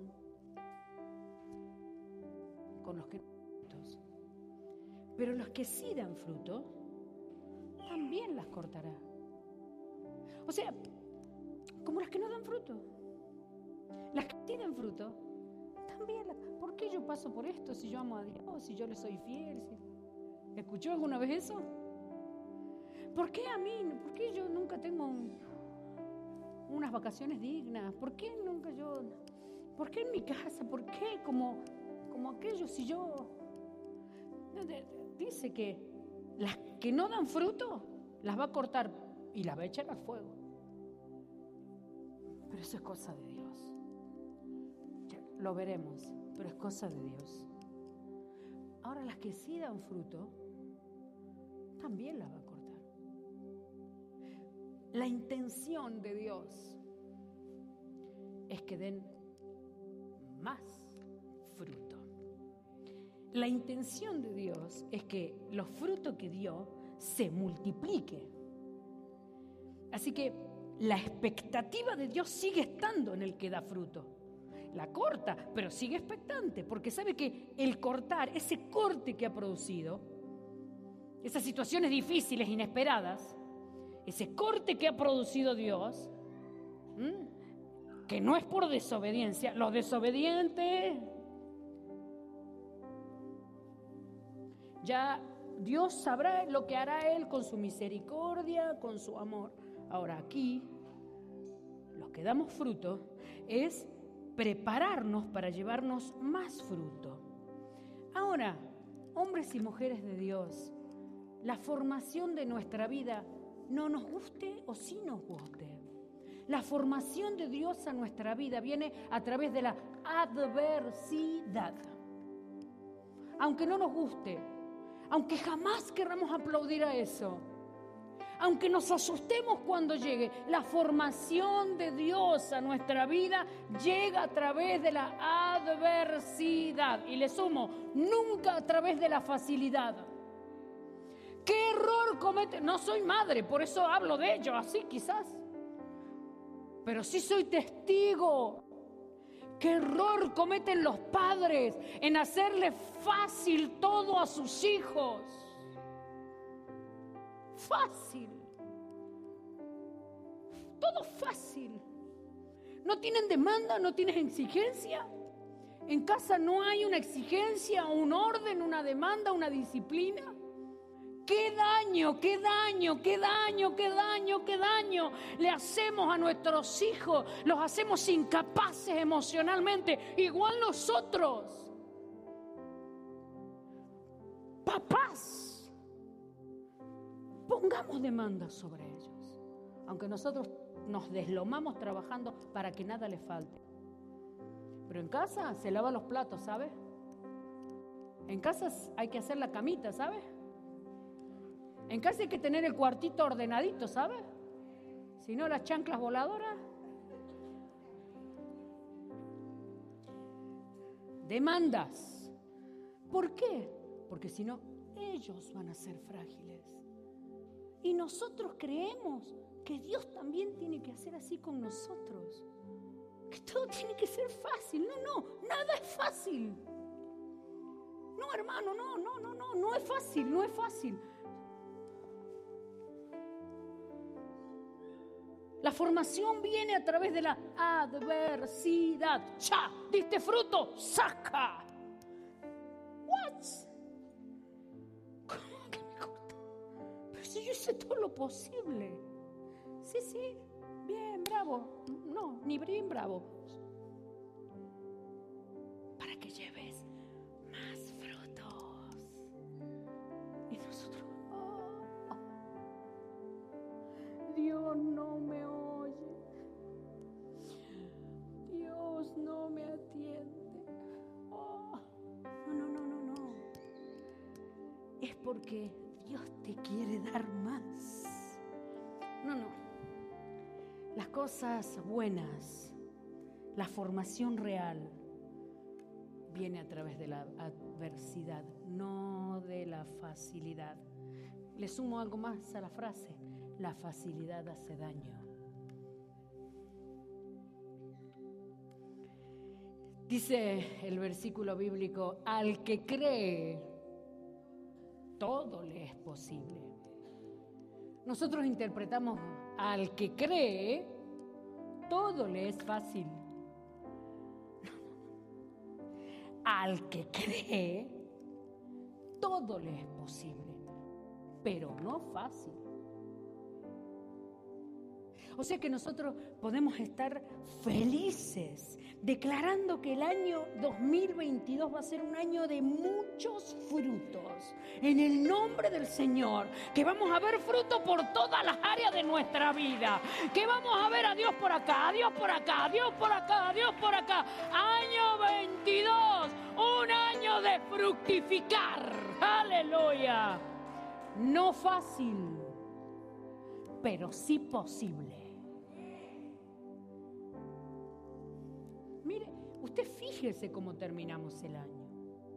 con los que no dan frutos. Pero los que sí dan fruto, también las cortará. O sea, como las que no dan fruto. Las que sí dan fruto, también. Las, ¿por qué yo paso por esto si yo amo a Dios, si yo le soy fiel? Si... ¿Escuchó alguna vez eso? ¿Por qué a mí? ¿Por qué yo nunca tengo un, unas vacaciones dignas? ¿Por qué nunca yo? ¿Por qué en mi casa? ¿Por qué como, como aquellos si yo? Dice que las que no dan fruto, las va a cortar y las va a echar al fuego. Pero eso es cosa de Dios. Ya, lo veremos, pero es cosa de Dios. Ahora las que sí dan fruto, también las va a cortar. La intención de Dios es que den más fruto. La intención de Dios es que los frutos que dio se multipliquen. Así que la expectativa de Dios sigue estando en el que da fruto. La corta, pero sigue expectante, porque sabe que el cortar, ese corte que ha producido, esas situaciones difíciles, inesperadas, ese corte que ha producido Dios, ¿m? que no es por desobediencia. Los desobedientes, ya Dios sabrá lo que hará Él con su misericordia, con su amor. Ahora aquí, los que damos fruto, es prepararnos para llevarnos más fruto. Ahora, hombres y mujeres de Dios, la formación de nuestra vida, no nos guste o sí nos guste, la formación de Dios a nuestra vida viene a través de la adversidad. Aunque no nos guste, aunque jamás querramos aplaudir a eso, aunque nos asustemos cuando llegue, la formación de Dios a nuestra vida llega a través de la adversidad. Y le sumo, nunca a través de la facilidad. ¿Qué error comete? No soy madre, por eso hablo de ello, así quizás. Pero sí soy testigo. ¿Qué error cometen los padres en hacerle fácil todo a sus hijos? Fácil. Todo fácil. No tienen demanda, no tienen exigencia. En casa no hay una exigencia, un orden, una demanda, una disciplina. ¿Qué daño, qué daño, qué daño, qué daño, qué daño le hacemos a nuestros hijos? Los hacemos incapaces emocionalmente, igual nosotros. Papás, pongamos demandas sobre ellos, aunque nosotros nos deslomamos trabajando para que nada les falte. Pero en casa se lava los platos, ¿sabes? En casa hay que hacer la camita, ¿sabes? En casa hay que tener el cuartito ordenadito, ¿sabes? Si no, las chanclas voladoras. Demandas. ¿Por qué? Porque si no, ellos van a ser frágiles. Y nosotros creemos que Dios también tiene que hacer así con nosotros. Que todo tiene que ser fácil. No, no, nada es fácil. No, hermano, no, no, no, no, no es fácil, no es fácil. La formación viene a través de la adversidad. ¡Cha! ¿Diste fruto? ¡Saca! ¿What? ¿Cómo que me corta? Pero si yo hice todo lo posible. Sí, sí, bien, bravo. No, ni bien bravo. Para que lleves más frutos. Y nosotros, oh, oh. Dios no me oye. Dios no me atiende. Oh. No, no, no, no, no. Es porque Dios te quiere dar más. No, no. Las cosas buenas, la formación real, viene a través de la adversidad, no de la facilidad. Le sumo algo más a la frase. La facilidad hace daño. Dice el versículo bíblico, al que cree, todo le es posible. Nosotros interpretamos, al que cree, todo le es fácil. Al que cree, todo le es posible, pero no fácil. O sea que nosotros podemos estar felices declarando que el año dos mil veintidós va a ser un año de muchos frutos. En el nombre del Señor, que vamos a ver fruto por todas las áreas de nuestra vida. Que vamos a ver a Dios por acá, a Dios por acá, a Dios por acá, a Dios por acá. Año veintidós, un año de fructificar. Aleluya. No fácil, pero sí posible. Mire, usted fíjese cómo terminamos el año.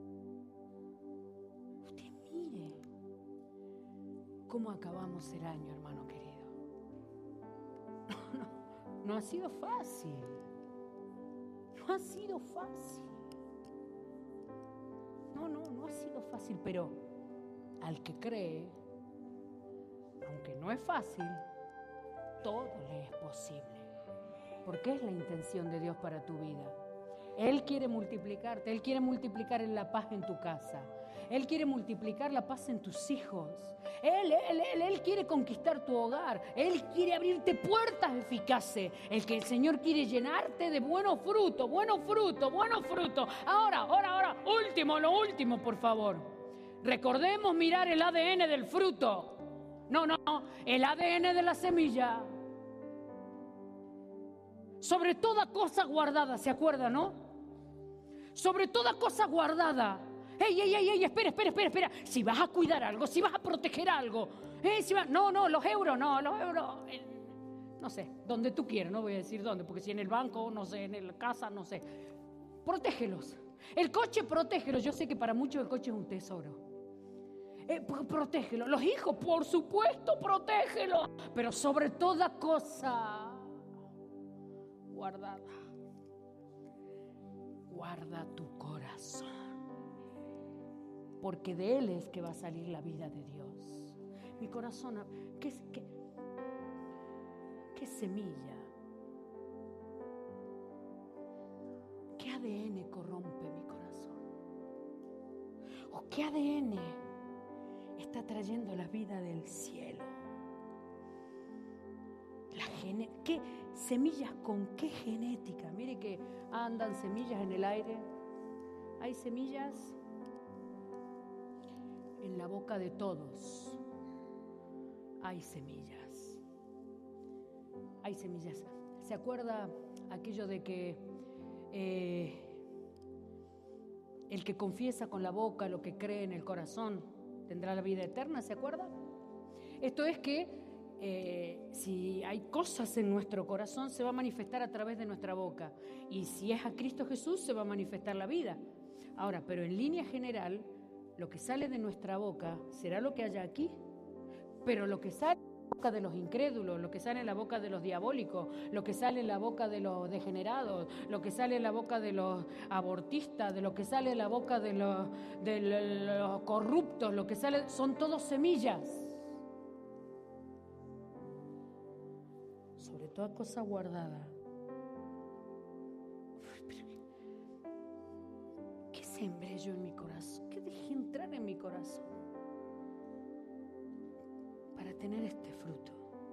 Usted mire cómo acabamos el año, hermano querido. No, no, no ha sido fácil. No ha sido fácil. No, no, no ha sido fácil, pero al que cree, aunque no es fácil, todo le es posible. Porque es la intención de Dios para tu vida. Él quiere multiplicarte, Él quiere multiplicar la paz en tu casa. Él quiere multiplicar la paz en tus hijos. Él, él, él, él quiere conquistar tu hogar. Él quiere abrirte puertas eficaces. El que el Señor quiere llenarte de buenos frutos, buenos frutos, buenos frutos. Ahora, ahora, ahora, último, lo último, por favor. Recordemos mirar el A D N del fruto. No, no, no, el A D N de la semilla. Sobre toda cosa guardada, ¿se acuerda, no? Sobre toda cosa guardada. ¡Ey, ey, ey, ey! Espera, espera, espera, espera. Si vas a cuidar algo, si vas a proteger algo. Eh, si va... No, no, los euros, no, los euros. Eh, no sé, donde tú quieras, no voy a decir dónde, porque si en el banco, no sé, en la casa, no sé. Protégelos. El coche, protégelo. Yo sé que para muchos el coche es un tesoro. Eh, protégelo. Los hijos, por supuesto, protégelo. Pero sobre toda cosa guardada, guarda tu corazón. Porque de él es que va a salir la vida de Dios. Mi corazón, ¿qué, qué, qué semilla? ¿Qué A D N corrompe mi corazón? ¿O qué A D N está trayendo la vida del cielo? La gene- ¿Qué semillas con qué genética? Mire que andan semillas en el aire. Hay semillas en la boca de todos. Hay semillas. Hay semillas. ¿Se acuerda aquello de que eh, el que confiesa con la boca lo que cree en el corazón tendrá la vida eterna? ¿Se acuerda? Esto es que eh, si hay cosas en nuestro corazón, se va a manifestar a través de nuestra boca. Y si es a Cristo Jesús, se va a manifestar la vida. Ahora, pero en línea general, lo que sale de nuestra boca será lo que haya aquí, pero lo que sale en la boca de los incrédulos, lo que sale en la boca de los diabólicos, lo que sale en la boca de los degenerados, lo que sale en la boca de los abortistas, de lo que sale en la boca de los, de los corruptos, lo que sale, son todos semillas. Sobre toda cosa guardada. ¿Qué sembré yo en mi corazón? ¿Qué dejé entrar en mi corazón para tener este fruto?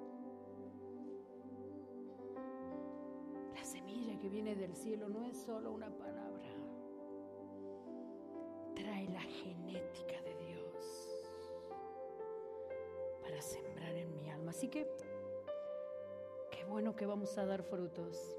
La semilla que viene del cielo no es solo una palabra, trae la genética de Dios para sembrar en mi alma. Así que qué bueno que vamos a dar frutos.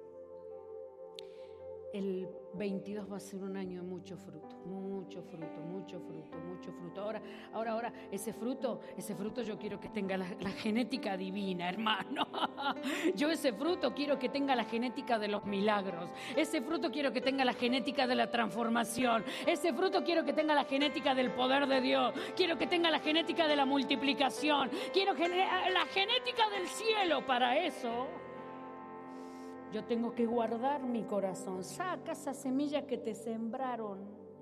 El veintidós va a ser un año de mucho fruto, mucho fruto, mucho fruto, mucho fruto. Ahora, ahora, ahora, ese fruto, ese fruto yo quiero que tenga la, la genética divina, hermano. Yo ese fruto quiero que tenga la genética de los milagros. Ese fruto quiero que tenga la genética de la transformación. Ese fruto quiero que tenga la genética del poder de Dios. Quiero que tenga la genética de la multiplicación. Quiero la genética del cielo. Para eso yo tengo que guardar mi corazón. Saca esa semilla que te sembraron.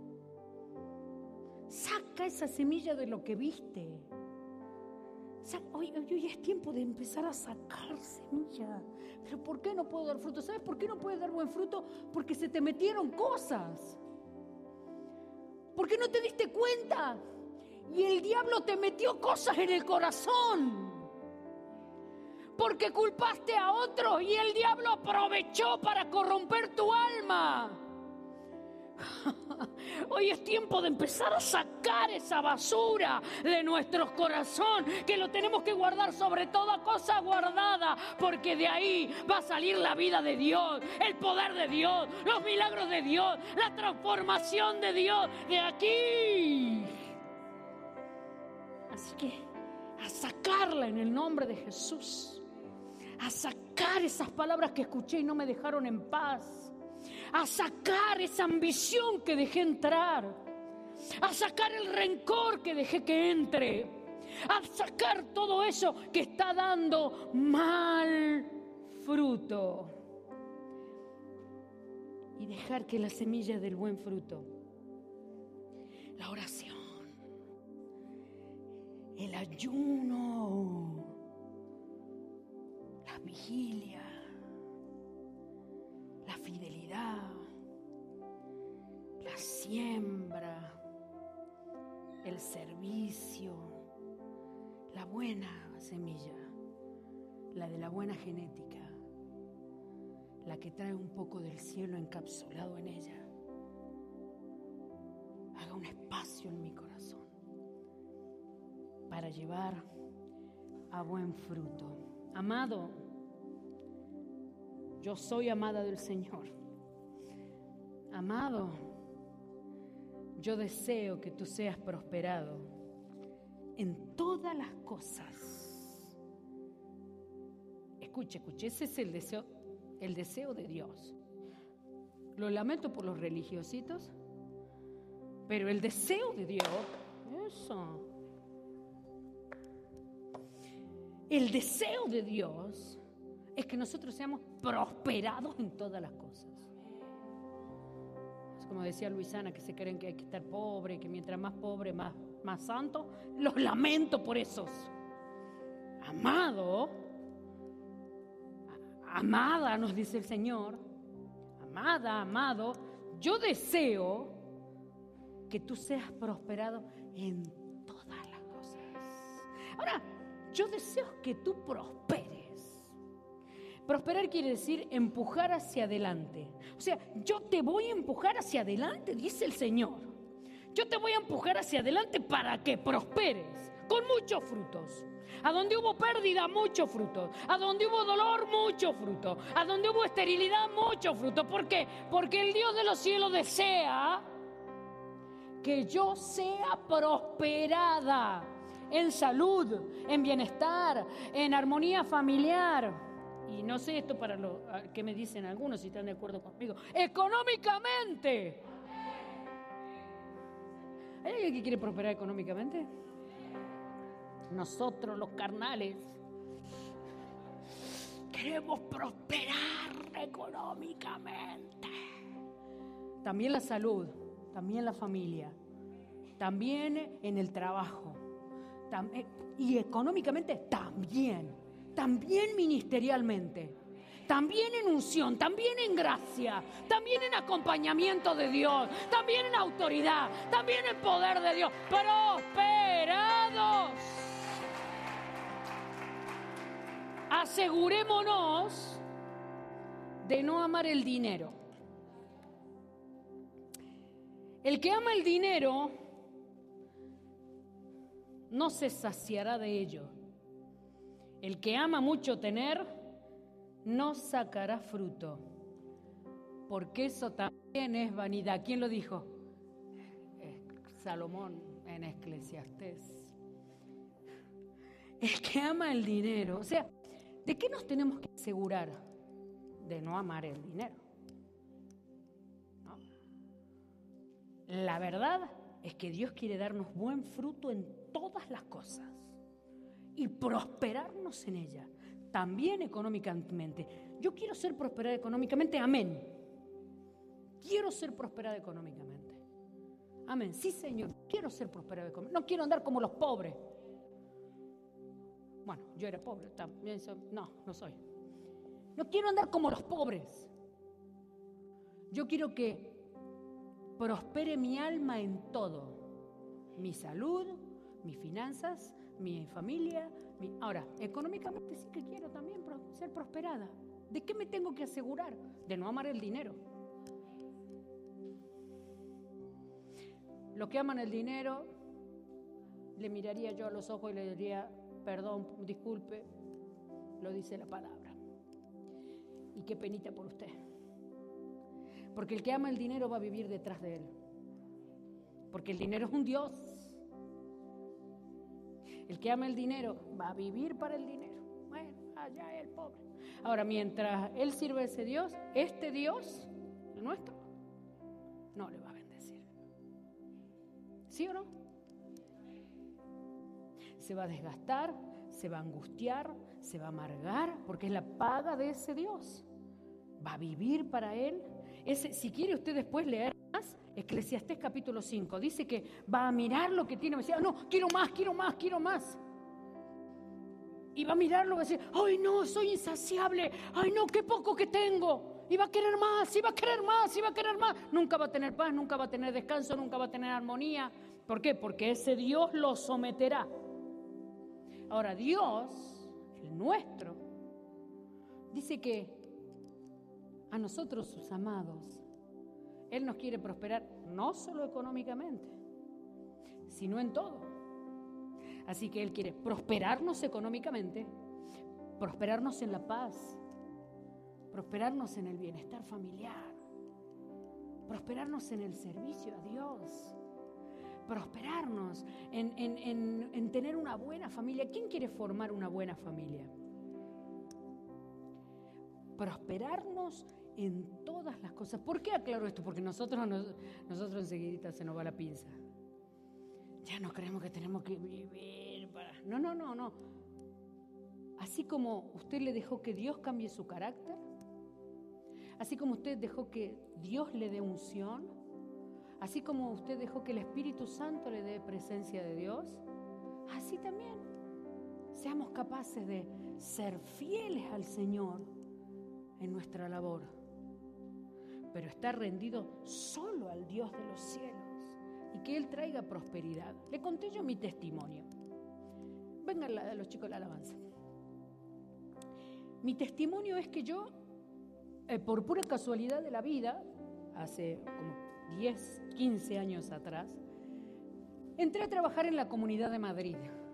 Saca esa semilla de lo que viste. Hoy, hoy, hoy es tiempo de empezar a sacar semilla. Pero ¿por qué no puedo dar fruto? ¿Sabes por qué no puedes dar buen fruto? Porque se te metieron cosas. Porque no te diste cuenta. Y el diablo te metió cosas en el corazón. Porque culpaste a otros y el diablo aprovechó para corromper tu alma. Hoy es tiempo de empezar a sacar esa basura de nuestros corazones, que lo tenemos que guardar sobre toda cosa guardada, porque de ahí va a salir la vida de Dios, el poder de Dios, los milagros de Dios, la transformación de Dios de aquí. Así que a sacarla en el nombre de Jesús. A sacar esas palabras que escuché y no me dejaron en paz. A sacar esa ambición que dejé entrar. A sacar el rencor que dejé que entre. A sacar todo eso que está dando mal fruto. Y dejar que la semilla del buen fruto, la oración, el ayuno, la vigilia, la fidelidad, la siembra, el servicio, la buena semilla, la de la buena genética, la que trae un poco del cielo encapsulado en ella. Haga un espacio en mi corazón para llevar a buen fruto. Amado, yo soy amada del Señor. Amado, yo deseo que tú seas prosperado en todas las cosas. Escuche, escuche, ese es el deseo, el deseo de Dios. Lo lamento por los religiositos, pero el deseo de Dios, eso. El deseo de Dios es que nosotros seamos prosperados en todas las cosas. Es como decía Luisana, que se creen que hay que estar pobre, que mientras más pobre, más, más santo. Los lamento por esos. Amado, amada, nos dice el Señor, amada, amado, yo deseo que tú seas prosperado en todas las cosas. Ahora, yo deseo que tú prosperes. Prosperar quiere decir empujar hacia adelante. O sea, yo te voy a empujar hacia adelante, dice el Señor. Yo te voy a empujar hacia adelante para que prosperes con muchos frutos. A donde hubo pérdida, muchos frutos. A donde hubo dolor, muchos frutos. A donde hubo esterilidad, muchos frutos. ¿Por qué? Porque el Dios de los cielos desea que yo sea prosperada en salud, en bienestar, en armonía familiar. Y no sé esto para lo que me dicen algunos, si están de acuerdo conmigo. Económicamente. ¿Hay alguien que quiere prosperar económicamente? Nosotros los carnales queremos prosperar económicamente. También la salud, también la familia, también en el trabajo, también, y económicamente también, también ministerialmente, también en unción, también en gracia, también en acompañamiento de Dios, también en autoridad, también en poder de Dios. Prosperados. Asegurémonos de no amar el dinero. El que ama el dinero no se saciará de ello. El que ama mucho tener no sacará fruto, porque eso también es vanidad. ¿Quién lo dijo? Salomón en Eclesiastés. El que ama el dinero, o sea, ¿de qué nos tenemos que asegurar? De no amar el dinero. ¿No? La verdad es que Dios quiere darnos buen fruto en todas las cosas y prosperarnos en ellas, también económicamente. Yo quiero ser prosperada económicamente, amén. Quiero ser prosperada económicamente. Amén. Sí, Señor, quiero ser prosperada económicamente. No quiero andar como los pobres. Bueno, yo era pobre también. No, no soy. No quiero andar como los pobres. Yo quiero que prospere mi alma en todo. Mi salud, mis finanzas, mi familia. Mi... Ahora, económicamente sí que quiero también ser prosperada. ¿De qué me tengo que asegurar? De no amar el dinero. Los que aman el dinero, le miraría yo a los ojos y le diría, perdón, disculpe, lo dice la palabra. Y qué penita por usted. Porque el que ama el dinero va a vivir detrás de él. Porque el dinero es un Dios. El que ama el dinero va a vivir para el dinero. Bueno, allá es el pobre. Ahora, mientras él sirve a ese Dios, este Dios, el nuestro, no le va a bendecir. ¿Sí o no? Se va a desgastar, se va a angustiar, se va a amargar, porque es la paga de ese Dios. Va a vivir para él. Ese, si quiere usted después leer más, Eclesiastés capítulo cinco, dice que va a mirar lo que tiene, va a decir, ah, no, quiero más, quiero más, quiero más. Y va a mirarlo y va a decir, ay no, soy insaciable, ay no, qué poco que tengo. Y va a querer más, y va a querer más, y va a querer más. Nunca va a tener paz, nunca va a tener descanso, nunca va a tener armonía. ¿Por qué? Porque ese Dios lo someterá. Ahora, Dios, el nuestro, dice que a nosotros, sus amados, Él nos quiere prosperar no solo económicamente, sino en todo. Así que Él quiere prosperarnos económicamente, prosperarnos en la paz, prosperarnos en el bienestar familiar, prosperarnos en el servicio a Dios, prosperarnos en, en, en, en tener una buena familia. ¿Quién quiere formar una buena familia? Prosperarnos en todas las cosas. ¿Por qué aclaro esto? Porque nosotros, nos, nosotros enseguidita se nos va la pinza. Ya no creemos que tenemos que vivir para... No, no, no, no. Así como usted le dejó que Dios cambie su carácter, así como usted dejó que Dios le dé unción, así como usted dejó que el Espíritu Santo le dé presencia de Dios, así también seamos capaces de ser fieles al Señor en nuestra labor, pero estar rendido solo al Dios de los cielos y que Él traiga prosperidad. Le conté yo mi testimonio. Vengan la, los chicos de la alabanza. Mi testimonio es que yo, eh, por pura casualidad de la vida, hace como diez, quince años atrás, entré a trabajar en la Comunidad de Madrid.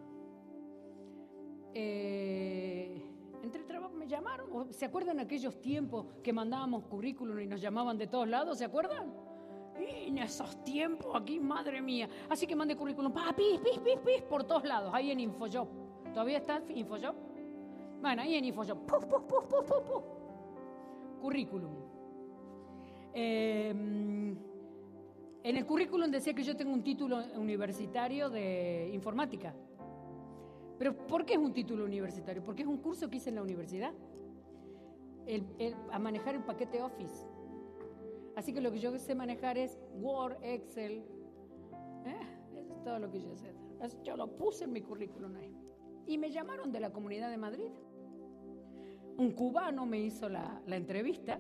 Eh, entré a trabajar, me llamaron, ¿se acuerdan aquellos tiempos que mandábamos currículum y nos llamaban de todos lados? ¿Se acuerdan? Y en esos tiempos aquí, madre mía. Así que mandé currículum, pa, pis, pis, pis, pis, por todos lados, ahí en Infojob. ¿Todavía está Infojob? Bueno, ahí en Infojob, puf, puf, puf, puf, puf, puf. Currículum. Eh, en el currículum decía que yo tengo un título universitario de informática. ¿Pero por qué es un título universitario? Porque es un curso que hice en la universidad. El, el, a manejar el paquete Office. Así que lo que yo sé manejar es Word, Excel. ¿Eh? Eso es todo lo que yo sé. Yo lo puse en mi currículum ahí. Y me llamaron de la Comunidad de Madrid. Un cubano me hizo la, la entrevista.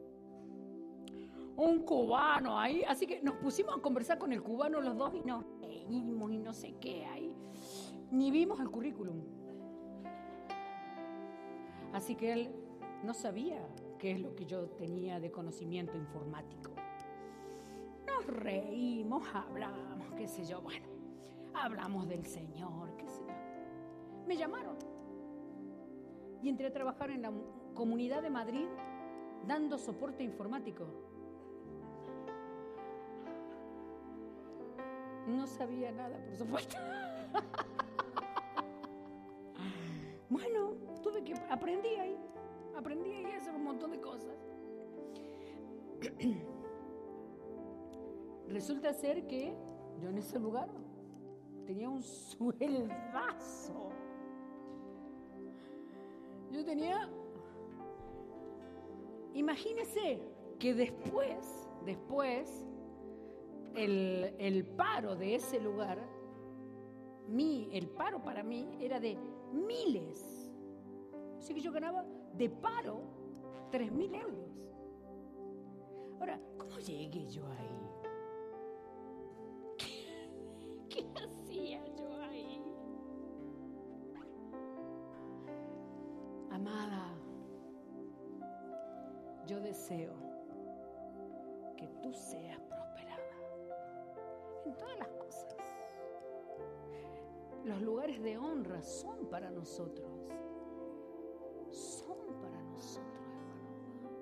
Un cubano ahí. Así que nos pusimos a conversar con el cubano los dos y nos reímos y no sé qué ahí. Ni vimos el currículum. Así que él no sabía qué es lo que yo tenía de conocimiento informático. Nos reímos, hablamos, qué sé yo, bueno, hablamos del Señor, qué sé yo. Me llamaron y entré a trabajar en la Comunidad de Madrid dando soporte informático. No sabía nada, por supuesto. Bueno, tuve que aprendí ahí, aprendí ahí a hacer un montón de cosas. Resulta ser que yo en ese lugar tenía un sueldazo. Yo tenía, imagínese que después, después, el, el paro de ese lugar, mi, el paro para mí era de miles. Así que yo ganaba de paro tres mil euros. Ahora, ¿cómo llegué yo ahí? ¿Qué, qué hacía yo ahí? Amada, yo deseo que tú seas prosperada en todas las cosas. Los lugares de honra son para nosotros. Son para nosotros, hermano.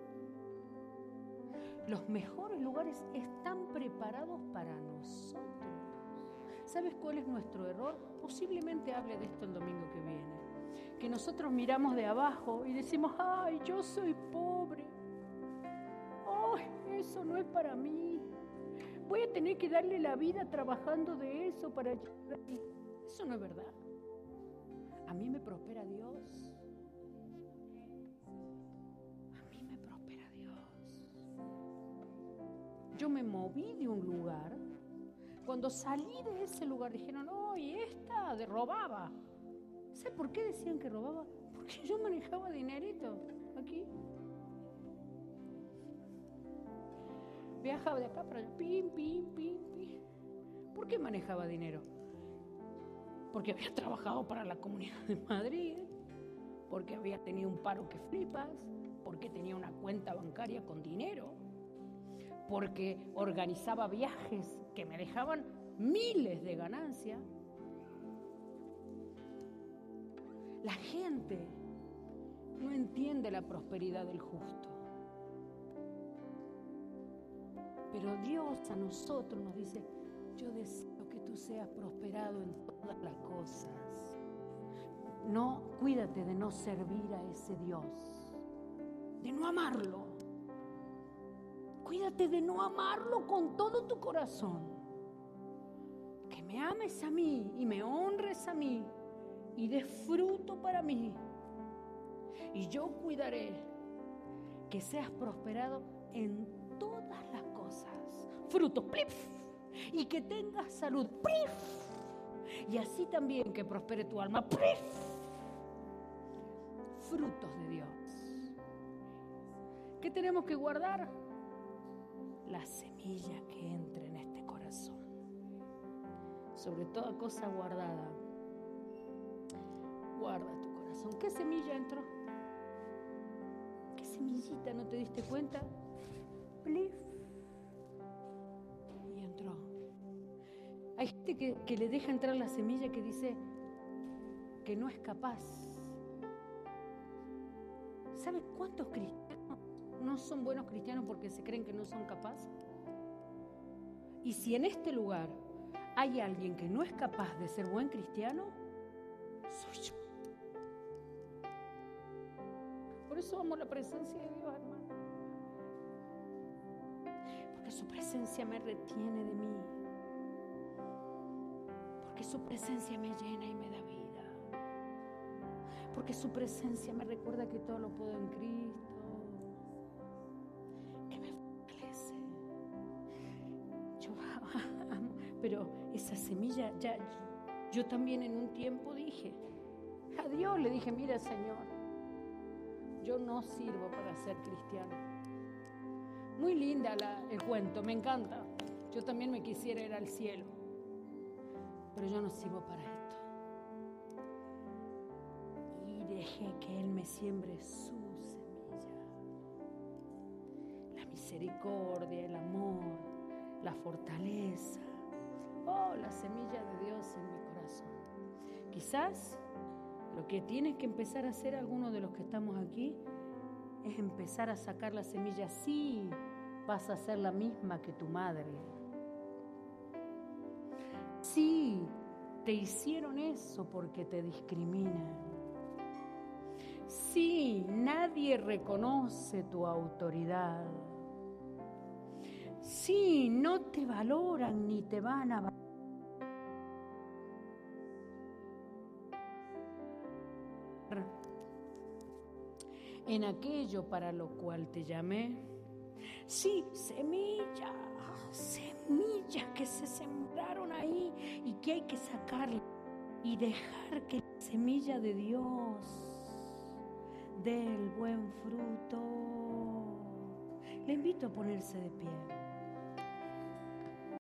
Los mejores lugares están preparados para nosotros. ¿Sabes cuál es nuestro error? Posiblemente hable de esto el domingo que viene. Que nosotros miramos de abajo y decimos, ay, yo soy pobre. Ay, eso no es para mí. Voy a tener que darle la vida trabajando de eso para llegar ahí. Eso no es verdad. A mí me prospera Dios. A mí me prospera Dios. Yo me moví de un lugar. Cuando salí de ese lugar dijeron, no, y esta de robaba. ¿Sabes por qué decían que robaba? Porque yo manejaba dinerito aquí. Viajaba de acá para allá, pim, pim, pim, pim. ¿Por qué manejaba dinero? Porque había trabajado para la Comunidad de Madrid, porque había tenido un paro que flipas, porque tenía una cuenta bancaria con dinero, porque organizaba viajes que me dejaban miles de ganancias. La gente no entiende la prosperidad del justo. Pero Dios a nosotros nos dice, yo deseo que tú seas prosperado en todas las cosas. No, cuídate de no servir a ese Dios, de no amarlo. Cuídate de no amarlo con todo tu corazón. Que me ames a mí y me honres a mí y des fruto para mí. Y yo cuidaré que seas prosperado en todas las cosas. Frutos, plif. Y que tengas salud, plif. Y así también que prospere tu alma, plif. Frutos de Dios. ¿Qué tenemos que guardar? La semilla que entra en este corazón. Sobre toda cosa guardada, guarda tu corazón. ¿Qué semilla entró? ¿Qué semillita no te diste cuenta? Plif. Y entró. Hay gente que, que le deja entrar la semilla que dice que no es capaz. ¿Sabes cuántos cristianos no son buenos cristianos porque se creen que no son capaces? Y si en este lugar hay alguien que no es capaz de ser buen cristiano, soy yo. Por eso amo la presencia de Dios, hermano. Porque su presencia me retiene de mí. Porque su presencia me llena y me da vida. Porque su presencia me recuerda que todo lo puedo en Cristo. Que me fortalece. Yo amo. Pero esa semilla, ya, yo también en un tiempo dije, a Dios le dije, mira Señor, yo no sirvo para ser cristiano. Muy linda la, el cuento, me encanta. Yo también me quisiera ir al cielo. Pero yo no sirvo para esto. Y dejé que Él me siembre su semilla. La misericordia, el amor, la fortaleza. Oh, la semilla de Dios en mi corazón. Quizás lo que tienes que empezar a hacer algunos de los que estamos aquí es empezar a sacar la semilla. Sí, vas a ser la misma que tu madre. Sí, te hicieron eso porque te discriminan. Sí, nadie reconoce tu autoridad. Sí, no te valoran ni te van a valorar. En aquello para lo cual te llamé. Sí, semilla, semillas que se sembraron ahí y que hay que sacarla y dejar que la semilla de Dios dé el buen fruto. Le invito a ponerse de pie.